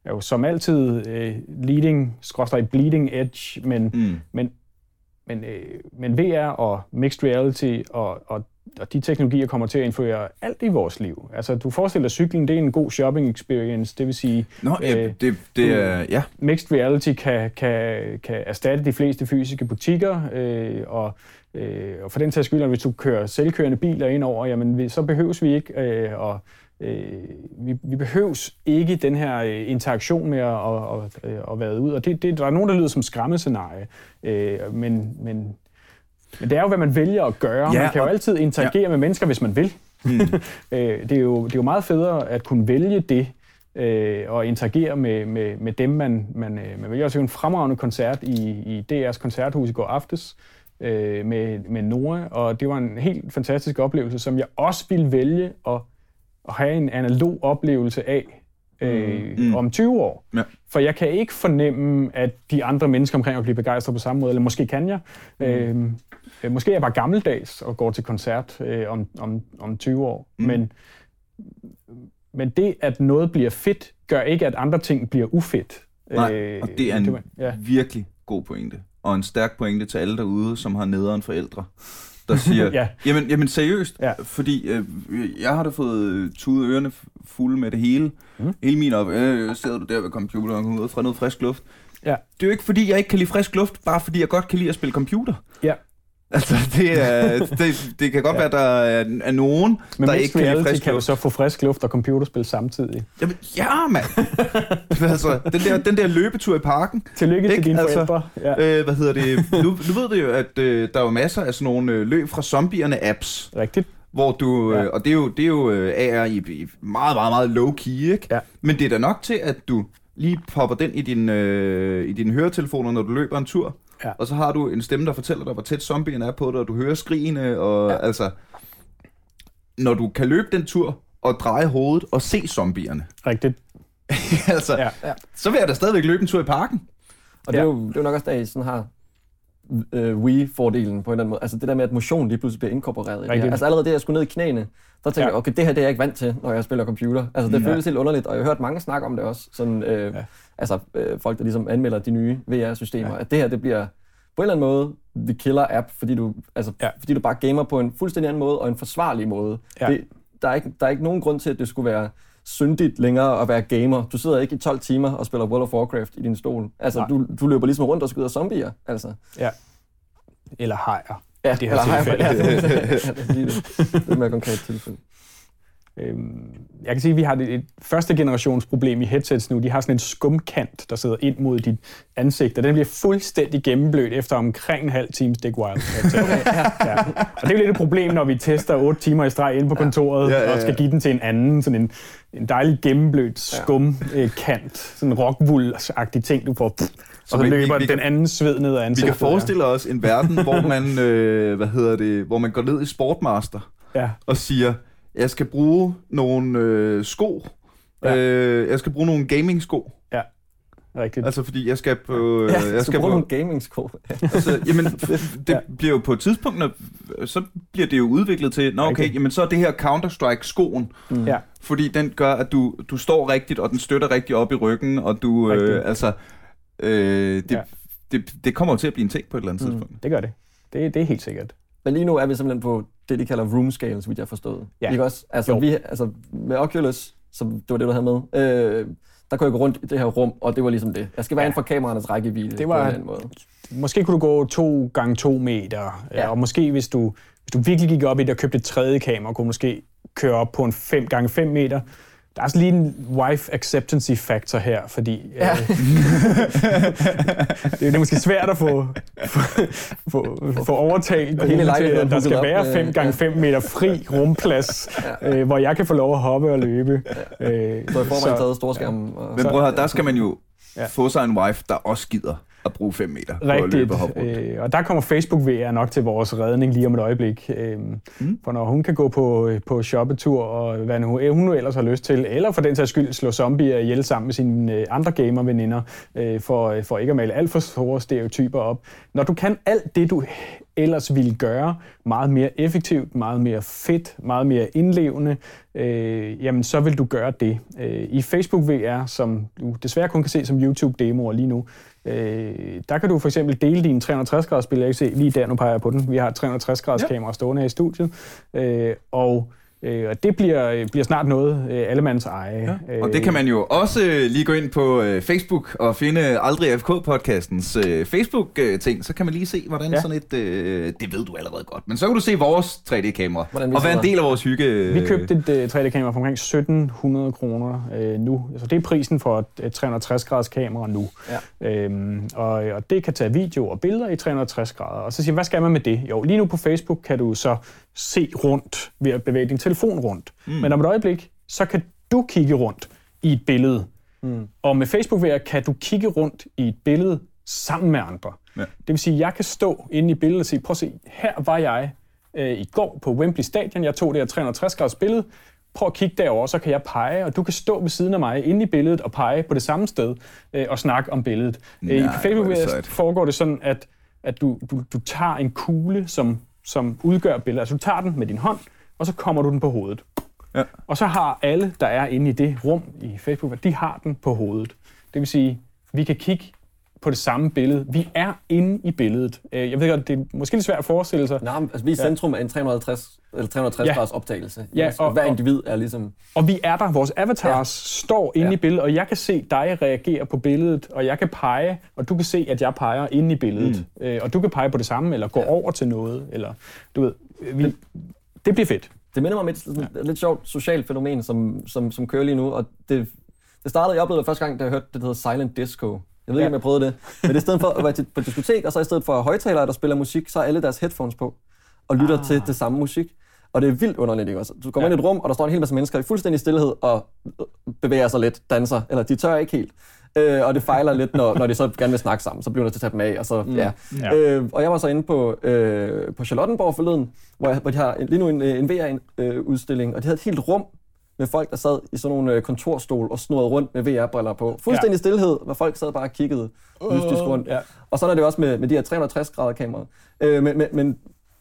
Speaker 2: er jo som altid øh, leading, skråstreg bleeding edge, men, mm. men, men, øh, men V R og mixed reality og, og, og de teknologier kommer til at indføre alt i vores liv. Altså, du forestiller dig, cyklen, det er en god shopping experience, det vil sige...
Speaker 1: Nå, ja, øh, det, det er... Ja.
Speaker 2: Mixed reality kan, kan, kan erstatte de fleste fysiske butikker, øh, og, øh, og for den sags skyld, at hvis du kører selvkørende biler ind over, jamen, så behøves vi ikke... Øh, og, øh, vi, vi behøves ikke den her øh, interaktion med at, at, at, at være ud, og det, det, der er nogen, der lyder som skræmmescenarie, øh, men... men Men det er jo, hvad man vælger at gøre. Ja, man kan jo altid interagere ja. med mennesker, hvis man vil. Mm. det, er jo, det er jo meget federe at kunne vælge det, øh, og interagere med, med, med dem, man, man, man vælger. Så en fremragende koncert i, i D R's koncerthus i går aftes øh, med, med Nora, og det var en helt fantastisk oplevelse, som jeg også ville vælge at, at have en analog oplevelse af øh, mm. om tyve år. Ja. For jeg kan ikke fornemme, at de andre mennesker omkring at blive begejstret på samme måde, eller måske kan jeg. Mm. Øh, Måske er jeg bare gammeldags og går til koncert øh, om, om, om tyve år, mm. men, men det, at noget bliver fedt, gør ikke, at andre ting bliver ufedt.
Speaker 1: Nej, øh, og det er en ja. virkelig god pointe, og en stærk pointe til alle derude, som har nederen forældre, der siger, ja. jamen, jamen seriøst, ja. fordi øh, jeg har da fået tudet ørerne fulde med det hele, mm. hele min op, øh, sidder du der ved computeren og ud fra noget frisk luft. Ja. Det er jo ikke, fordi jeg ikke kan lide frisk luft, bare fordi jeg godt kan lide at spille computer. Ja. Altså, det, er, det, det kan godt ja. være, der er, er nogen,
Speaker 2: men
Speaker 1: der ikke kan lide frisk luft.
Speaker 2: kan du så få frisk luft og computerspil samtidig.
Speaker 1: Jamen, ja, mand! altså, den der, den der løbetur i parken.
Speaker 2: Tillykke til dine
Speaker 1: altså,
Speaker 2: forældre. Ja.
Speaker 1: Øh, hvad hedder det? Nu, nu ved du jo, at øh, der er jo masser af sådan nogle øh, løb fra zombierne-apps.
Speaker 2: Rigtigt.
Speaker 1: Hvor du, øh, ja. og det er jo, det er jo øh, A R i, i meget, meget, meget low-key, ikke? Ja. Men det er da nok til, at du lige popper den i, din, øh, i dine høretelefoner, når du løber en tur. Ja. Og så har du en stemme, der fortæller dig, hvor tæt zombierne er på dig, og du hører skrigene, og ja. altså... Når du kan løbe den tur, og dreje hovedet, og se zombierne...
Speaker 2: Rigtigt.
Speaker 1: altså, ja. Ja. Så vil jeg da stadigvæk løbe en tur i parken.
Speaker 3: Og det er, ja. jo, det er jo nok også, der I sådan har øh, Wii-fordelen på en eller anden måde. Altså det der med, at motion lige pludselig bliver inkorporeret. I det altså allerede det, jeg skulle ned i knæene, der tænker ja. jeg, okay, det her det er jeg ikke vant til, når jeg spiller computer. Altså det ja. føles helt underligt, og jeg har hørt mange snakke om det også. Sådan, øh, ja. Altså øh, folk, der ligesom anmelder de nye V R-systemer, ja. at det her, det bliver på en eller anden måde the killer app, fordi du, altså, ja. fordi du bare gamer på en fuldstændig anden måde, og en forsvarlig måde. Ja. Det, der, er ikke, der er ikke nogen grund til, at det skulle være syndigt længere at være gamer. Du sidder ikke i tolv timer og spiller World of Warcraft i din stol. Altså, du, du løber ligesom rundt og skyder zombier. Altså.
Speaker 2: Ja. Eller hajer.
Speaker 3: Ja, det her tilfælde. Ja, det er et mere konkret tilfælde.
Speaker 2: Jeg kan sige, at vi har et første generations problem i headsets nu. De har sådan en skumkant, der sidder ind mod dit ansigt, og den bliver fuldstændig gennemblødt efter omkring en halv time Stick Wild. Okay, ja. Ja. Og det er jo lidt et problem, når vi tester otte timer i streg inde på kontoret, ja. Ja, ja, ja. Og skal give den til en anden, sådan en, en dejlig gennemblødt skumkant, sådan en rockwool-agtig ting, du får... Pff, og så vi, løber vi, vi den anden sved ned af ansigtet.
Speaker 1: Vi kan forestille os en verden, hvor man, øh, hvad hedder det, hvor man går ned i Sportmaster ja. og siger, jeg skal bruge nogle øh, sko. Ja. Øh, jeg skal bruge nogle gaming-sko.
Speaker 2: Ja, rigtigt.
Speaker 1: Altså fordi jeg skal på... Øh,
Speaker 3: ja,
Speaker 1: jeg skal
Speaker 3: bruge nogle gaming-sko.
Speaker 1: altså, jamen, det ja. bliver jo på et tidspunkt, når, så bliver det jo udviklet til, nå okay, jamen så er det her Counter-Strike-skoen. Mm. Ja. Fordi den gør, at du, du står rigtigt, og den støtter rigtigt op i ryggen, og du... Øh, altså... Øh, det, ja. det, det kommer jo til at blive en ting på et eller andet mm. tidspunkt.
Speaker 2: Det gør det. det. Det er helt sikkert.
Speaker 3: Men lige nu er vi simpelthen på det, de kalder room scale, så vidt jeg har forstået. Ja. Ikke også? Altså, vi, altså med Oculus, som det var det, du havde med, øh, der kunne jeg gå rundt i det her rum, og det var ligesom det. Jeg skal være ja. inden for kameraernes rækkevidde det var, på en anden måde.
Speaker 2: Måske kunne du gå to gange to meter, ja. og måske hvis du, hvis du virkelig gik op i det og købte et tredje kamera, kunne du måske køre op på en fem gange fem meter. Der er også lige en wife acceptancy factor her, fordi ja. øh, det er måske svært at få, få, få overtalt grunden til, at der skal være fem gange fem meter fri rumplads, ja. øh, hvor jeg kan få lov at hoppe og løbe.
Speaker 3: Ja. Øh, så i forvejen taget storskærmen.
Speaker 1: Ja. Men prøv at høre, der skal man jo ja. få sig en wife, der også gider at bruge fem meter for
Speaker 2: Rigtigt.
Speaker 1: at løbe og hoppe rundt.
Speaker 2: Øh, og der kommer Facebook V R nok til vores redning lige om et øjeblik. Øh, mm. For når hun kan gå på, på shoppetur, og hvad nu, hun nu ellers har lyst til, eller for den sags skyld slå zombier ihjel sammen med sine andre gamer-veninder, øh, for, for ikke at male alt for store stereotyper op. Når du kan alt det, du ellers ville gøre meget mere effektivt, meget mere fedt, meget mere indlevende, øh, jamen så vil du gøre det. Øh, I Facebook V R, som du desværre kun kan se som YouTube-demoer lige nu, øh, der kan du for eksempel dele dine tre hundrede og tres graders billeder. Jeg kan se lige der, nu peger jeg på den. Vi har et tre hundrede og tres graders ja. kamera stående her i studiet, øh, og Øh, og det bliver, bliver snart noget øh, allemands eje.
Speaker 1: Ja. Og det kan man jo også lige gå ind på øh, Facebook og finde Aldrig F K-podcastens øh, Facebook-ting. Så kan man lige se, hvordan ja. sådan et... Øh, det ved du allerede godt. Men så kan du se vores tre D-kamera og være en del af vores hygge. Øh.
Speaker 2: Vi købte et øh, tre D-kamera for omkring sytten hundrede kroner øh, nu. Altså, det er prisen for et, et tre hundrede og tres graders kamera nu. Ja. Øhm, og, og det kan tage video og billeder i tre hundrede og tres grader. Og så siger hvad skal man med det? Jo, lige nu på Facebook kan du så se rundt ved at bevæge din telefon rundt. Mm. Men om et øjeblik, så kan du kigge rundt i et billede. Mm. Og med Facebook V R kan du kigge rundt i et billede sammen med andre. Ja. Det vil sige, at jeg kan stå inde i billedet og sige, prøv at se, her var jeg øh, i går på Wembley Stadion. Jeg tog det her tre hundrede og tres graders billede. Prøv at kigge derover, så kan jeg pege, og du kan stå ved siden af mig inde i billedet og pege på det samme sted øh, og snakke om billedet. Nej, I Facebook V R foregår det sådan, at, at du, du, du tager en kugle, som, som udgør billedet. Altså du tager den med din hånd, og så kommer du den på hovedet. Ja. Og så har alle, der er inde i det rum i Facebook, de har den på hovedet. Det vil sige, vi kan kigge på det samme billede. Vi er inde i billedet. Jeg ved godt, det er måske lidt svært at forestille sig.
Speaker 3: Nej, altså vi er centrum af en tre hundrede og halvtreds eller tre hundrede og tres
Speaker 2: ja.
Speaker 3: graders optagelse.
Speaker 2: Ja,
Speaker 3: og, og hver individ er ligesom...
Speaker 2: Og vi er der. Vores avatars ja. står inde ja. i billedet, og jeg kan se dig reagere på billedet, og jeg kan pege, og du kan se, at jeg peger inde i billedet. Mm. Og du kan pege på det samme, eller gå ja. over til noget, eller du ved... Vi, det, det bliver fedt.
Speaker 3: Det minder mig om et sådan, ja. lidt sjovt socialt fænomen, som, som, som kører lige nu, og det, det startede, jeg oplevede det første gang, da jeg hørte det, der hedder Silent Disco. Jeg ved ikke, ja. om jeg prøvede det. Men det er i stedet for at være til, på et diskotek, og så i stedet for højtalere, der spiller musik, så er alle deres headphones på og lytter ah. til det samme musik. Og det er vildt underligt, ikke også? Du kommer ja. ind i et rum, og der står en hel masse mennesker i fuldstændig stillhed og bevæger sig lidt, danser, eller de tør ikke helt. Øh, og det fejler lidt, når, når de så gerne vil snakke sammen, så bliver de nødt til at tage dem af, og så, mm. ja. ja. Øh, og jeg var så inde på, øh, på Charlottenborg forleden, hvor, jeg, hvor de har lige nu en, en V R-udstilling, og de havde et helt rum med folk, der sad i sådan nogle kontorstol og snurrede rundt med V R-briller på. Fuldstændig ja. stillhed, hvor folk sad bare og kiggede uh, mystisk rundt. Ja. Og sådan er det også med, med de her tre hundrede og tres grader kameraer. Øh, men, men, men,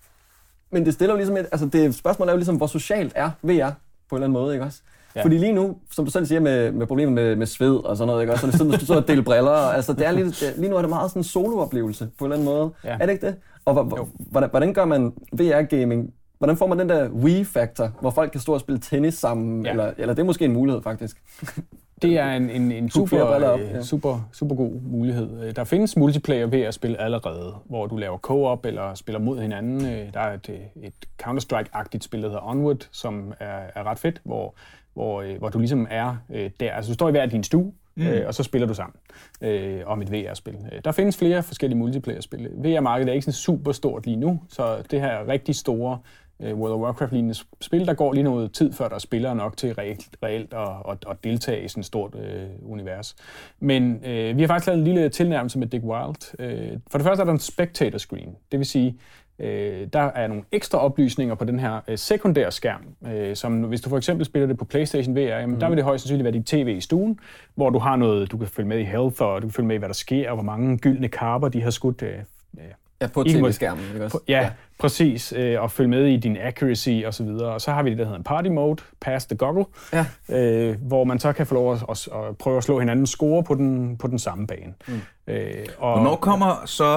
Speaker 3: men det stiller jo ligesom et, altså det spørgsmål er jo ligesom, hvor socialt er V R på en eller anden måde, ikke også? Ja. Fordi lige nu, som du selv siger, med, med problemer med, med sved og sådan noget, ikke også? Så det er sådan, at du så at dele briller. Altså, det er lige, det, lige nu er det meget sådan en solo-oplevelse på en eller anden måde. Ja. Er det ikke det? Og hvordan, hvordan gør man V R-gaming? Hvordan får man den der Wii-faktor, hvor folk kan stå og spille tennis sammen? Ja. Eller, eller det er måske en mulighed, faktisk.
Speaker 2: Det er en, en, en super, op, ja. super, super god mulighed. Der findes multiplayer V R-spil allerede, hvor du laver co-op eller spiller mod hinanden. Der er et, et Counter-Strike-agtigt spil, der hedder Onward, som er, er ret fedt, hvor, hvor, hvor du ligesom er der. Altså du står i hver din stue, mm. og så spiller du sammen øh, om et V R-spil. Der findes flere forskellige multiplayer-spil. V R-markedet er ikke sådan super stort lige nu, så det her er rigtig store World of Warcraft-lignende spil, der går lige noget tid, før der er spillere nok til reelt, reelt at, at, at deltage i sådan et stort øh, univers. Men øh, vi har faktisk lavet en lille tilnærmelse med Dick Wild. Øh, for det første er der en spectator screen. Det vil sige, øh, der er nogle ekstra oplysninger på den her øh, sekundære skærm, øh, som hvis du for eksempel spiller det på PlayStation V R, jamen, mm. der vil det højst sandsynligt være dit tv i stuen, hvor du har noget, du kan følge med i health, og du kan følge med i, hvad der sker, og hvor mange gyldne karper de har skudt. Øh,
Speaker 3: Ja, på tv-skærmen, ikke også?
Speaker 2: Ja, ja, præcis. Øh, og følge med i din accuracy og så videre. Og så har vi det, der hedder en party mode, pass the goggle, ja. øh, hvor man så kan få lov at, at, at prøve at slå hinandens score på den, på den samme bane. Mm.
Speaker 1: Øh, og, Hvornår kommer så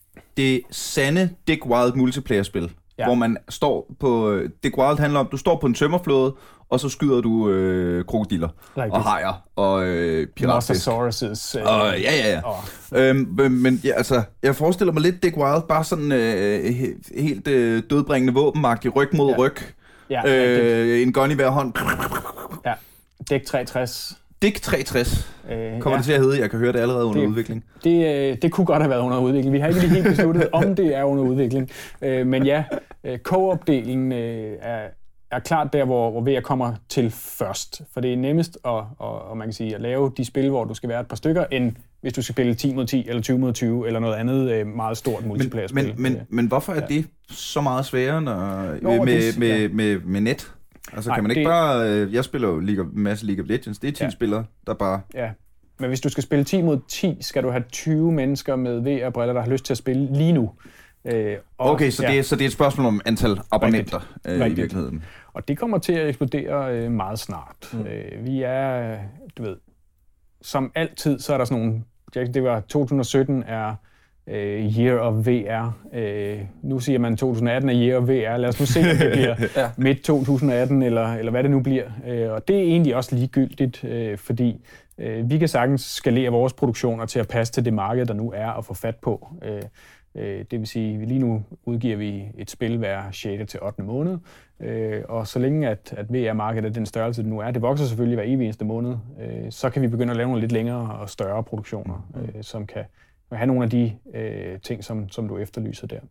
Speaker 1: det sande Dick Wild multiplayer-spil? Ja. Hvor man står på... Dick Wild handler om, du står på en tømmerflåde, og så skyder du øh, krokodiller, like og hajer, og øh, piratfisk.
Speaker 2: Mosasaurus. Øh,
Speaker 1: og, ja, ja, ja. Og... Øhm, men ja, altså, jeg forestiller mig lidt Dick Wild, bare sådan øh, helt øh, dødbringende våbenmagtig, ryg mod ja. ryg. Ja, øh, en gun i hver hånd.
Speaker 2: Ja, Dick tre tres.
Speaker 1: Dick tre tres øh, kommer ja. det til at hedde. Jeg kan høre det allerede under
Speaker 2: det,
Speaker 1: udvikling.
Speaker 2: Det, øh, det kunne godt have været under udvikling. Vi har ikke lige helt besluttet, om det er under udvikling. Øh, men ja, øh, co-op-delen øh, er, er klart der, hvor, hvor V R kommer til først. For det er nemmest at, og, og man kan sige, at lave de spil, hvor du skal være et par stykker, end hvis du skal spille ti mod ti eller tyve mod tyve eller noget andet øh, meget stort multiplayer-spil.
Speaker 1: Men, men, men, men hvorfor er ja. det så meget sværere når, Nå, med, det, med, ja. med, med, med net? Altså, Ej, kan man ikke det... bare... Øh, jeg spiller jo League of, masse League of Legends. Det er ti ja. spillere, der bare...
Speaker 2: Ja, men hvis du skal spille ti mod ti, skal du have tyve mennesker med V R-briller, der har lyst til at spille lige nu. Øh,
Speaker 1: og, okay, så, ja. det er, så det er et spørgsmål om antal abonnenter øh, i virkeligheden.
Speaker 2: Og det kommer til at eksplodere øh, meget snart. Mm. Øh, vi er, du ved, som altid, så er der sådan nogle, det var to tusind og sytten er øh, Year of V R. Øh, nu siger man to tusind og atten er Year of V R. Lad os nu se, om det bliver ja. midt to tusind og atten, eller, eller hvad det nu bliver. Øh, og det er egentlig også ligegyldigt, øh, fordi øh, vi kan sagtens skalere vores produktioner til at passe til det marked, der nu er, og få fat på. Øh, Det vil sige, at lige nu udgiver vi et spil hver sjette til ottende måned, og så længe at, at V R-markedet er den størrelse, det nu er, det vokser selvfølgelig hver evig eneste måned, så kan vi begynde at lave nogle lidt længere og større produktioner, mm. som kan have nogle af de ting, som, som du efterlyser der.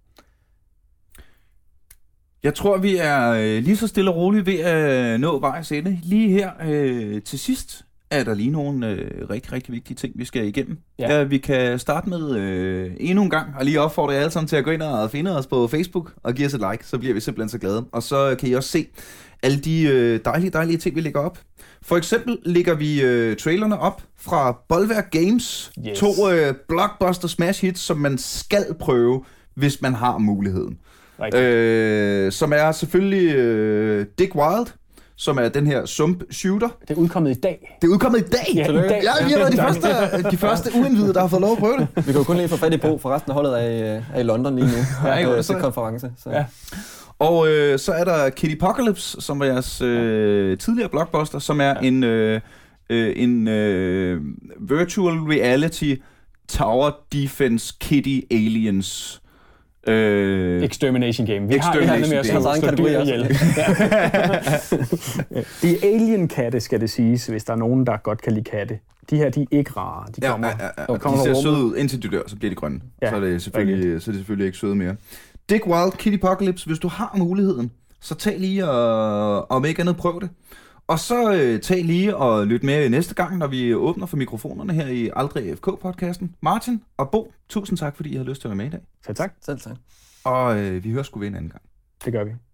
Speaker 1: Jeg tror, vi er lige så stille og roligt ved at nå vejs ende. Lige her øh, til sidst er der lige nogle øh, rigtig, rigtig vigtige ting, vi skal igennem. Ja. Ja, vi kan starte med øh, endnu en gang, og lige opfordre jer alle sammen til at gå ind og finde os på Facebook og give os et like, så bliver vi simpelthen så glade. Og så kan I også se alle de øh, dejlige, dejlige ting, vi lægger op. For eksempel lægger vi øh, trailerne op fra Bolværk Games. Yes. To øh, blockbuster smash hits, som man skal prøve, hvis man har muligheden. Øh, som er selvfølgelig øh, Dick Wild, som er den her sump shooter.
Speaker 2: Det er udkommet i dag.
Speaker 1: Det er udkommet i dag?
Speaker 2: Ja, i dag.
Speaker 1: Ja, vi har været de første, de første uindvidede, der har fået lov at prøve det.
Speaker 3: Vi kan jo kun lige få fat i Bo, for resten af holdet er, er i London lige nu. Ja, ikke, øh, til konference. Så. Ja.
Speaker 1: Og øh, så er der Kittypocalypse, som var jeres øh, tidligere blockbuster, som er ja. en, øh, en øh, virtual reality tower defense kitty aliens.
Speaker 2: Øh, Extermination Game. Vi har, vi har nemlig også slået slå dyr ihjel. De er alien-katte, skal det siges, hvis der er nogen, der godt kan lide katte. De her, de er ikke rare. De
Speaker 1: ja, kommer, ja, ja, ja. Kommer de ser søde ud, indtil de dør, så bliver de grønne. Ja, så, er det selvfølgelig, så er det selvfølgelig ikke søde mere. Dick Wild, Kittypocalypse, hvis du har muligheden, så tag lige og om ikke andet prøv det. Og så øh, tag lige og lyt med næste gang, når vi åbner for mikrofonerne her i Aldrig A F K-podcasten. Martin og Bo, tusind tak, fordi I har lyst til at være med i dag.
Speaker 2: Selv tak.
Speaker 3: Selv tak.
Speaker 1: Og øh, vi hører sgu ved en anden gang.
Speaker 2: Det gør vi.